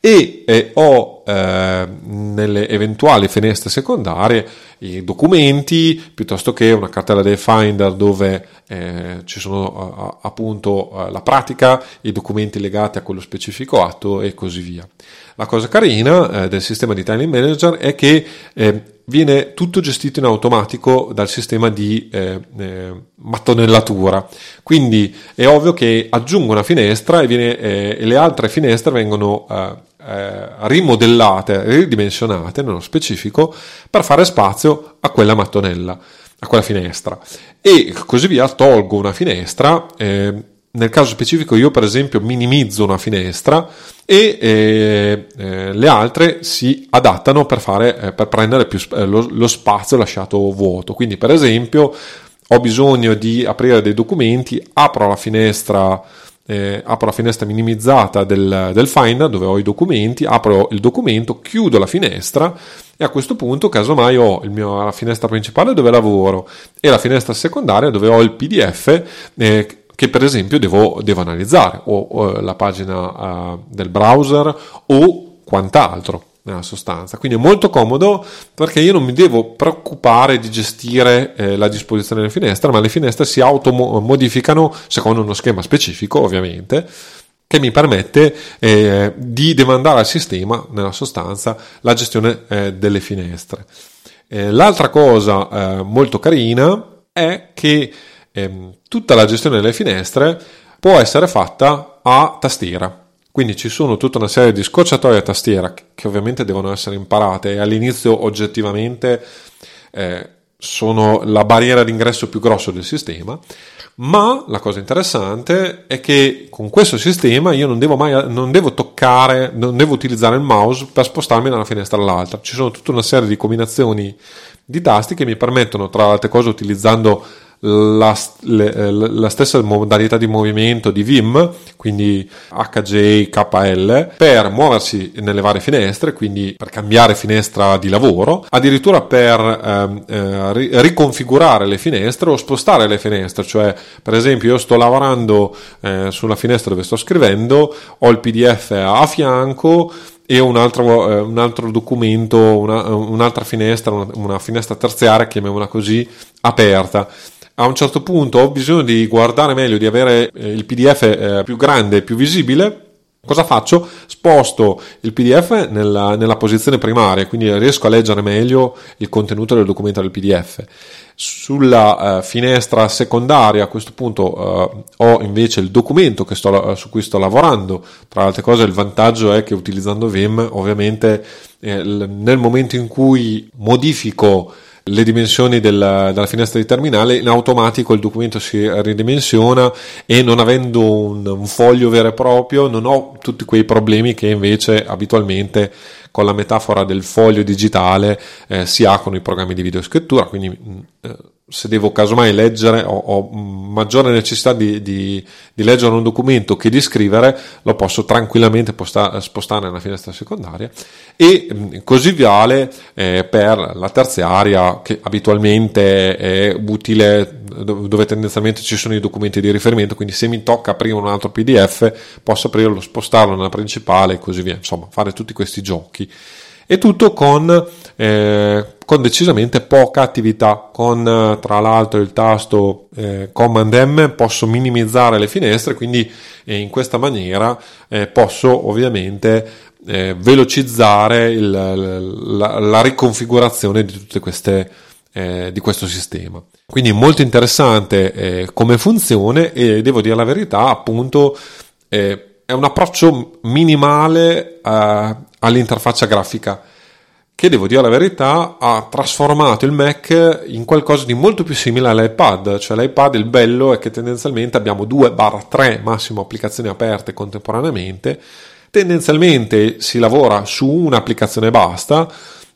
e eh, ho eh, nelle eventuali finestre secondarie i documenti, piuttosto che una cartella del Finder dove eh, ci sono eh, appunto eh, la pratica, i documenti legati a quello specifico atto e così via. La cosa carina eh, del sistema di Tiling Manager è che eh, viene tutto gestito in automatico dal sistema di eh, eh, mattonellatura, quindi è ovvio che aggiungo una finestra e, viene, eh, e le altre finestre vengono eh, eh, rimodellate, ridimensionate nello specifico per fare spazio a quella mattonella, a quella finestra, e così via. Tolgo una finestra, eh, nel caso specifico io per esempio minimizzo una finestra, e eh, eh, le altre si adattano per, fare, eh, per prendere più eh, lo, lo spazio lasciato vuoto. Quindi per esempio ho bisogno di aprire dei documenti, apro la finestra eh, apro la finestra minimizzata del, del Finder dove ho i documenti, apro il documento, chiudo la finestra, e a questo punto casomai ho il mio, la finestra principale dove lavoro e la finestra secondaria dove ho il P D F eh, che per esempio devo, devo analizzare, o, o la pagina uh, del browser o quant'altro nella sostanza. Quindi è molto comodo perché io non mi devo preoccupare di gestire eh, la disposizione delle finestre, ma le finestre si automodificano secondo uno schema specifico, ovviamente, che mi permette eh, di demandare al sistema nella sostanza la gestione eh, delle finestre. Eh, l'altra cosa eh, molto carina è che ehm, tutta la gestione delle finestre può essere fatta a tastiera. Quindi ci sono tutta una serie di scorciatoie a tastiera che ovviamente devono essere imparate, e all'inizio oggettivamente eh, sono la barriera d'ingresso più grosso del sistema, ma la cosa interessante è che con questo sistema io non devo mai non devo toccare, non devo utilizzare il mouse per spostarmi da una finestra all'altra. Ci sono tutta una serie di combinazioni di tasti che mi permettono, tra le altre cose, utilizzando La, le, la stessa modalità di movimento di Vim, quindi H J K L, per muoversi nelle varie finestre, quindi per cambiare finestra di lavoro, addirittura per ehm, eh, riconfigurare le finestre o spostare le finestre. Cioè, per esempio, io sto lavorando eh, sulla finestra dove sto scrivendo, ho il P D F a fianco e un altro, eh, un altro documento, una, un'altra finestra, una, una finestra terziaria, chiamiamola così, aperta. A un certo punto ho bisogno di guardare meglio, di avere il P D F eh, più grande, più visibile. Cosa faccio? Sposto il P D F nella, nella posizione primaria, quindi riesco a leggere meglio il contenuto del documento del P D F. Sulla eh, finestra secondaria a questo punto eh, ho invece il documento che sto, su cui sto lavorando. Tra le altre cose, il vantaggio è che utilizzando Vim, ovviamente eh, nel momento in cui modifico le dimensioni del, della finestra di terminale, in automatico il documento si ridimensiona, e non avendo un, un foglio vero e proprio non ho tutti quei problemi che invece abitualmente con la metafora del foglio digitale eh, si ha con i programmi di videoscrittura. Quindi eh, se devo casomai leggere, ho, ho maggiore necessità di, di, di leggere un documento che di scrivere, lo posso tranquillamente posta, spostare nella finestra secondaria, e mh, così vale eh, per la terziaria, che abitualmente è utile dove tendenzialmente ci sono i documenti di riferimento, quindi se mi tocca aprire un altro P D F posso aprirlo, spostarlo nella principale e così via, insomma fare tutti questi giochi. E tutto con, eh, con decisamente poca attività. Con eh, tra l'altro il tasto eh, Command M posso minimizzare le finestre, quindi eh, in questa maniera eh, posso ovviamente eh, velocizzare il, la, la riconfigurazione di tutte queste eh, di questo sistema. Quindi molto interessante eh, come funzione, e devo dire la verità, appunto eh, è un approccio minimale eh, all'interfaccia grafica, che devo dire la verità ha trasformato il Mac in qualcosa di molto più simile all'iPad. Cioè l'iPad, il bello è che tendenzialmente abbiamo due tre massimo applicazioni aperte contemporaneamente, tendenzialmente si lavora su un'applicazione e basta,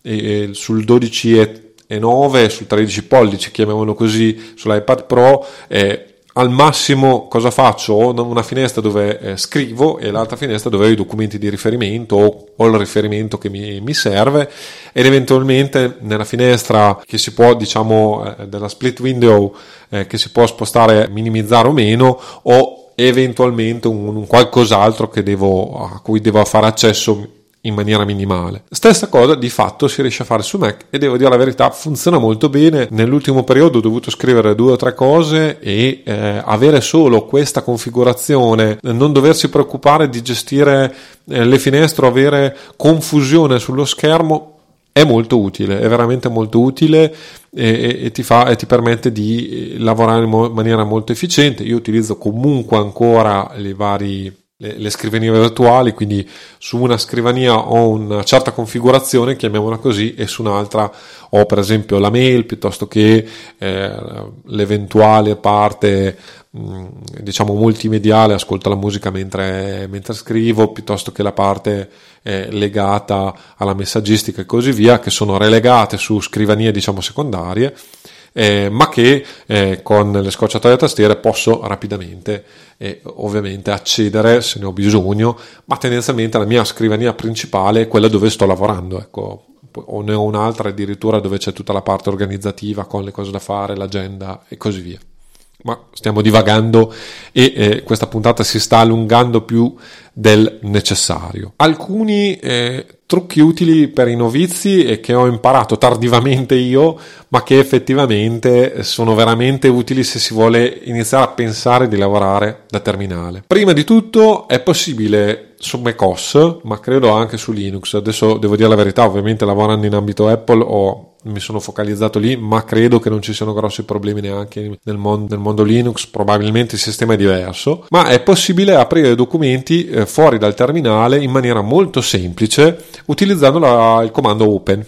e sul dodici e nove, sul tredici pollici, chiamiamolo così, sull'iPad Pro eh, al massimo cosa faccio? Ho una finestra dove eh, scrivo e l'altra finestra dove ho i documenti di riferimento o, o il riferimento che mi, mi serve, ed eventualmente nella finestra che si può, diciamo, eh, della split window eh, che si può spostare, minimizzare o meno, o eventualmente un, un qualcos'altro che devo, a cui devo fare accesso in maniera minimale. Stessa cosa di fatto si riesce a fare su Mac, e devo dire la verità, funziona molto bene. Nell'ultimo periodo ho dovuto scrivere due o tre cose e eh, avere solo questa configurazione, non doversi preoccupare di gestire eh, le finestre o avere confusione sullo schermo, è molto utile, è veramente molto utile, e, e ti fa e ti permette di lavorare in mo- maniera molto efficiente. Io utilizzo comunque ancora le vari Le, le scrivanie virtuali, quindi su una scrivania ho una certa configurazione, chiamiamola così, e su un'altra ho per esempio la mail, piuttosto che eh, l'eventuale parte mh, diciamo multimediale, ascolto la musica mentre, mentre scrivo, piuttosto che la parte eh, legata alla messaggistica e così via, che sono relegate su scrivanie diciamo secondarie, Eh, ma che eh, con le scorciatoie a tastiere posso rapidamente eh, ovviamente accedere se ne ho bisogno, ma tendenzialmente la mia scrivania principale è quella dove sto lavorando, ecco. O ne ho un'altra addirittura dove c'è tutta la parte organizzativa con le cose da fare, l'agenda e così via. Ma stiamo divagando e eh, questa puntata si sta allungando più del necessario. Alcuni eh, trucchi utili per i novizi e che ho imparato tardivamente io, ma che effettivamente sono veramente utili se si vuole iniziare a pensare di lavorare da terminale. Prima di tutto è possibile su macOS, ma credo anche su Linux. Adesso devo dire la verità, ovviamente lavorando in ambito Apple ho mi sono focalizzato lì, ma credo che non ci siano grossi problemi neanche nel mondo, nel mondo Linux. Probabilmente il sistema è diverso, ma è possibile aprire documenti eh, fuori dal terminale in maniera molto semplice utilizzando la, il comando open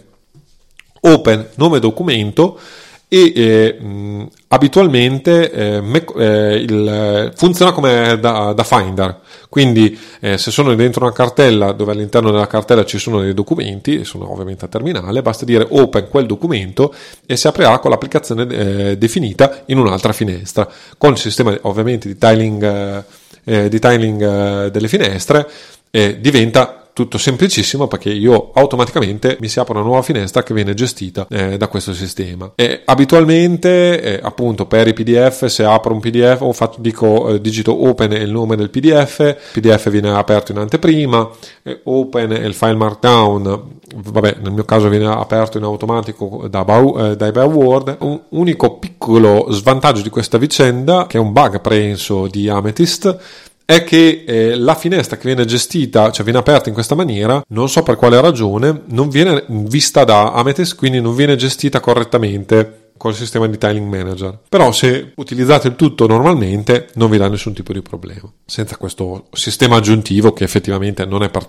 open nome documento, e eh, mh, abitualmente eh, me, eh, il, funziona come da, da Finder. Quindi eh, se sono dentro una cartella dove all'interno della cartella ci sono dei documenti, sono ovviamente a terminale, basta dire open quel documento e si aprirà con l'applicazione eh, definita in un'altra finestra, con il sistema ovviamente di tiling, eh, di tiling eh, delle finestre. Eh, diventa tutto semplicissimo, perché io automaticamente mi si apre una nuova finestra che viene gestita eh, da questo sistema. E abitualmente eh, appunto per i P D F, se apro un P D F o faccio, dico eh, digito open e il nome del P D F, il P D F viene aperto in anteprima, eh, open e il file markdown, vabbè, nel mio caso viene aperto in automatico da eh, dai Word. Un unico piccolo svantaggio di questa vicenda, che è un bug penso di Amethyst, è che eh, la finestra che viene gestita, cioè viene aperta in questa maniera, non so per quale ragione, non viene vista da Amethyst, quindi non viene gestita correttamente col sistema di Tiling Manager. Però se utilizzate il tutto normalmente non vi dà nessun tipo di problema, senza questo sistema aggiuntivo che effettivamente non è per tutti.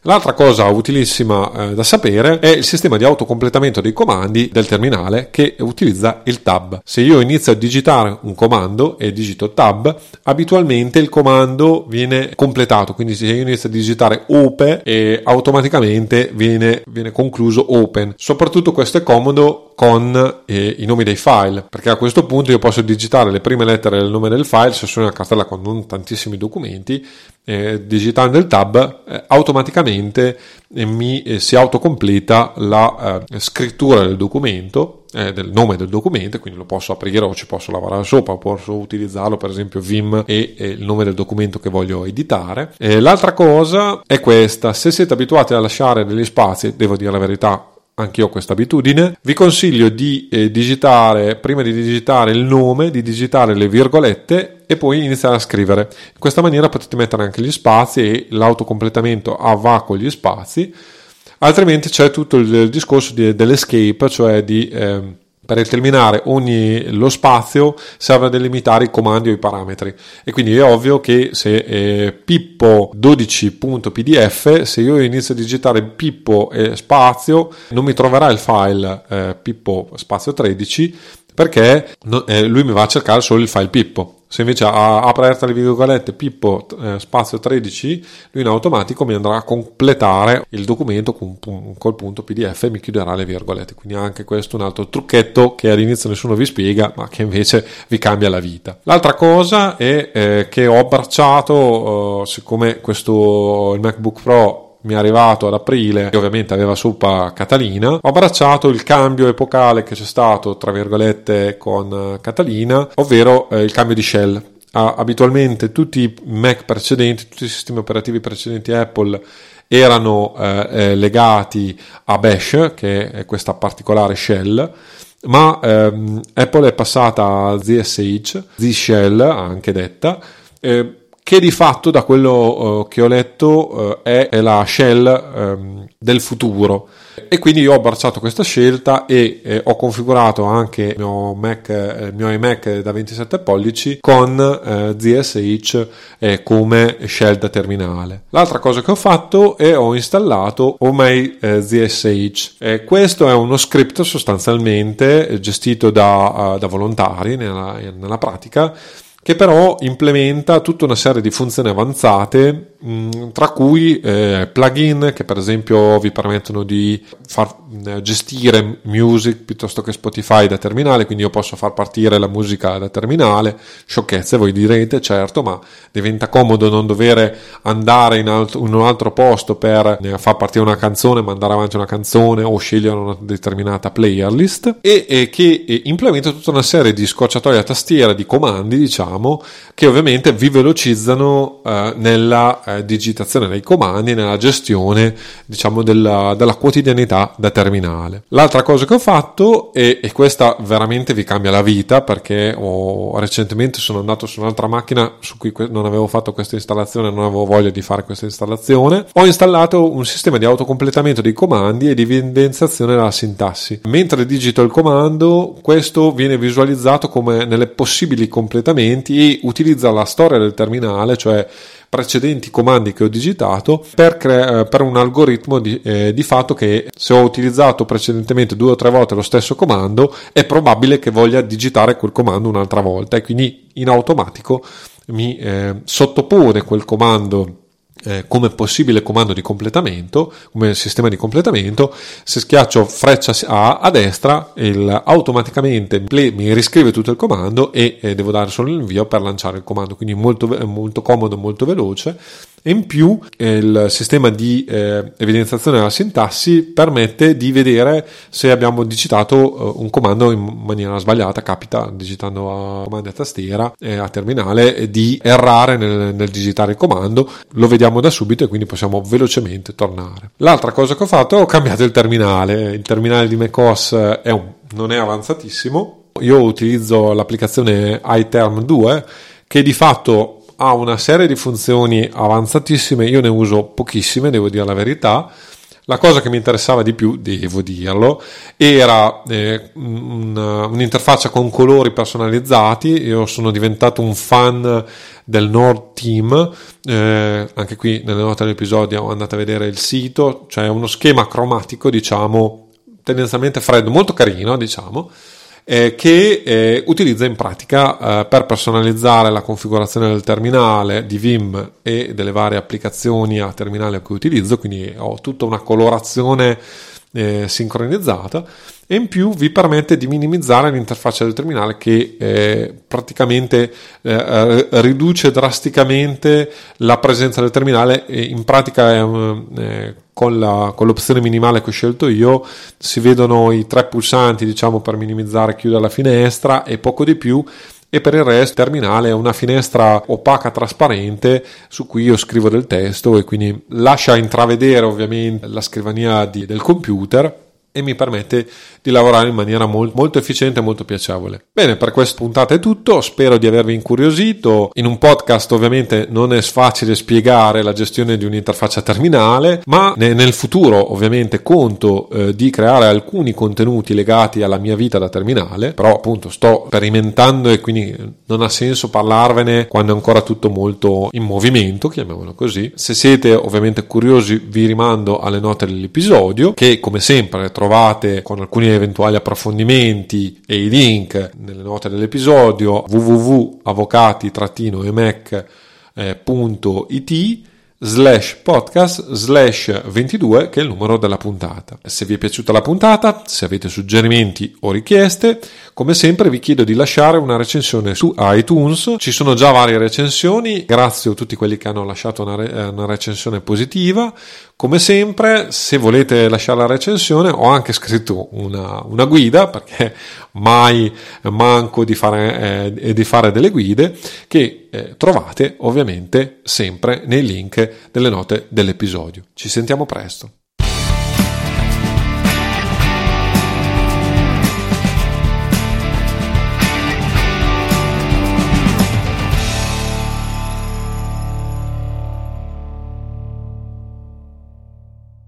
L'altra cosa utilissima eh, da sapere è il sistema di autocompletamento dei comandi del terminale che utilizza il tab. Se io inizio a digitare un comando e digito tab, abitualmente il comando viene completato, quindi se io inizio a digitare open e automaticamente viene, viene concluso open. Soprattutto questo è comodo con eh, i nomi dei file, perché a questo punto io posso digitare le prime lettere del nome del file se sono in una cartella con non tantissimi documenti, eh, digitando il tab eh, automaticamente eh, mi eh, si autocompleta la eh, scrittura del documento, eh, del nome del documento, quindi lo posso aprire o ci posso lavorare sopra, posso utilizzarlo per esempio Vim e, e il nome del documento che voglio editare. Eh, l'altra cosa è questa: se siete abituati a lasciare degli spazi, devo dire la verità, anch'io ho questa abitudine, vi consiglio di eh, digitare, prima di digitare il nome, di digitare le virgolette e poi iniziare a scrivere. In questa maniera potete mettere anche gli spazi e l'autocompletamento va con gli spazi. Altrimenti c'è tutto il, il discorso di, dell'escape, cioè di eh, per determinare ogni lo spazio serve a delimitare i comandi o i parametri, e quindi è ovvio che se eh, pippo dodici.pdf, se io inizio a digitare pippo e spazio non mi troverà il file eh, pippo spazio tredici, perché no, eh, lui mi va a cercare solo il file pippo. Se invece ha aperto le virgolette pippo eh, spazio tredici, lui in automatico mi andrà a completare il documento con, col punto pdf e mi chiuderà le virgolette. Quindi anche questo è un altro trucchetto che all'inizio nessuno vi spiega, ma che invece vi cambia la vita. L'altra cosa è eh, che ho abbracciato, eh, siccome questo il MacBook Pro mi è arrivato ad aprile e ovviamente aveva sopra Catalina, ho abbracciato il cambio epocale che c'è stato tra virgolette con Catalina, ovvero eh, il cambio di shell. Ah, abitualmente tutti i Mac precedenti, tutti i sistemi operativi precedenti Apple erano eh, eh, legati a Bash, che è questa particolare shell, ma ehm, Apple è passata a Z S H, Z-Shell anche detta, eh, che di fatto da quello uh, che ho letto uh, è, è la shell um, del futuro, e quindi io ho abbracciato questa scelta e eh, ho configurato anche il mio Mac, eh, il mio iMac da ventisette pollici con eh, Z S H eh, come shell da terminale. L'altra cosa che ho fatto è ho installato Homey eh, Z S H. Eh, questo è uno script sostanzialmente gestito da, uh, da volontari nella, nella pratica, che però implementa tutta una serie di funzioni avanzate, mh, tra cui eh, plugin che per esempio vi permettono di far eh, gestire music piuttosto che Spotify da terminale, quindi io posso far partire la musica da terminale. Sciocchezze, voi direte, certo, ma diventa comodo non dover andare in, alt- in un altro posto per eh, far partire una canzone, mandare avanti una canzone o scegliere una determinata playlist, e, e che e implementa tutta una serie di scorciatoie a tastiera, di comandi, diciamo, che ovviamente vi velocizzano eh, nella eh, digitazione dei comandi, nella gestione, diciamo, della, della quotidianità da terminale. L'altra cosa che ho fatto, e, e questa veramente vi cambia la vita, perché ho, recentemente sono andato su un'altra macchina su cui non avevo fatto questa installazione, non avevo voglia di fare questa installazione, ho installato un sistema di autocompletamento dei comandi e di evidenziazione della sintassi. Mentre digito il comando, questo viene visualizzato come nelle possibili completamenti e utilizza la storia del terminale, cioè precedenti comandi che ho digitato, per, cre- per un algoritmo di, eh, di fatto che se ho utilizzato precedentemente due o tre volte lo stesso comando è probabile che voglia digitare quel comando un'altra volta, e quindi in automatico mi eh, sottopone quel comando Eh, come possibile comando di completamento, come sistema di completamento. Se schiaccio freccia A a destra, il, automaticamente mi riscrive tutto il comando e eh, devo dare solo l'invio per lanciare il comando, quindi molto, molto comodo, molto veloce. E in più eh, il sistema di eh, evidenziazione della sintassi permette di vedere se abbiamo digitato eh, un comando in maniera sbagliata. Capita, digitando a comando a tastiera e eh, a terminale, eh, di errare nel, nel digitare il comando. Lo vediamo da subito e quindi possiamo velocemente tornare. L'altra cosa che ho fatto, ho cambiato il terminale. Il terminale di macOS è un, non è avanzatissimo. Io utilizzo l'applicazione iTerm due, che di fatto ha una serie di funzioni avanzatissime. Io ne uso pochissime, devo dire la verità, La cosa che mi interessava di più, devo dirlo, era eh, un, un'interfaccia con colori personalizzati. Io sono diventato un fan del Nord Team, eh, anche qui nelle note dell'episodio andate a vedere il sito, cioè uno schema cromatico, diciamo, tendenzialmente freddo, molto carino, diciamo, Eh, che eh, utilizza in pratica eh, per personalizzare la configurazione del terminale di Vim e delle varie applicazioni a terminale che utilizzo, quindi ho tutta una colorazione eh, sincronizzata, e in più vi permette di minimizzare l'interfaccia del terminale, che eh, praticamente eh, riduce drasticamente la presenza del terminale, e in pratica è un, eh, con, la, con l'opzione minimale che ho scelto io si vedono i tre pulsanti, diciamo, per minimizzare e chiudere la finestra e poco di più, e per il resto il terminale è una finestra opaca trasparente su cui io scrivo del testo e quindi lascia intravedere ovviamente la scrivania di, del computer, e mi permette di lavorare in maniera molto, molto efficiente e molto piacevole. Bene, per questa puntata è tutto, spero di avervi incuriosito. In un podcast ovviamente non è facile spiegare la gestione di un'interfaccia terminale, ma nel futuro ovviamente conto eh, di creare alcuni contenuti legati alla mia vita da terminale, però appunto sto sperimentando e quindi non ha senso parlarvene quando è ancora tutto molto in movimento, chiamiamolo così. Se siete ovviamente curiosi vi rimando alle note dell'episodio, che come sempre trovate con alcuni eventuali approfondimenti e i link nelle note dell'episodio w w w punto avvocati e mac punto i t slash podcast slash ventidue, che è il numero della puntata. Se vi è piaciuta la puntata, se avete suggerimenti o richieste, come sempre vi chiedo di lasciare una recensione su iTunes. Ci sono già varie recensioni, grazie a tutti quelli che hanno lasciato una, re- una recensione positiva. Come sempre, se volete lasciare la recensione, ho anche scritto una, una guida, perché mai manco di fare, eh, di fare delle guide, che eh, trovate ovviamente sempre nei link delle note dell'episodio. Ci sentiamo presto.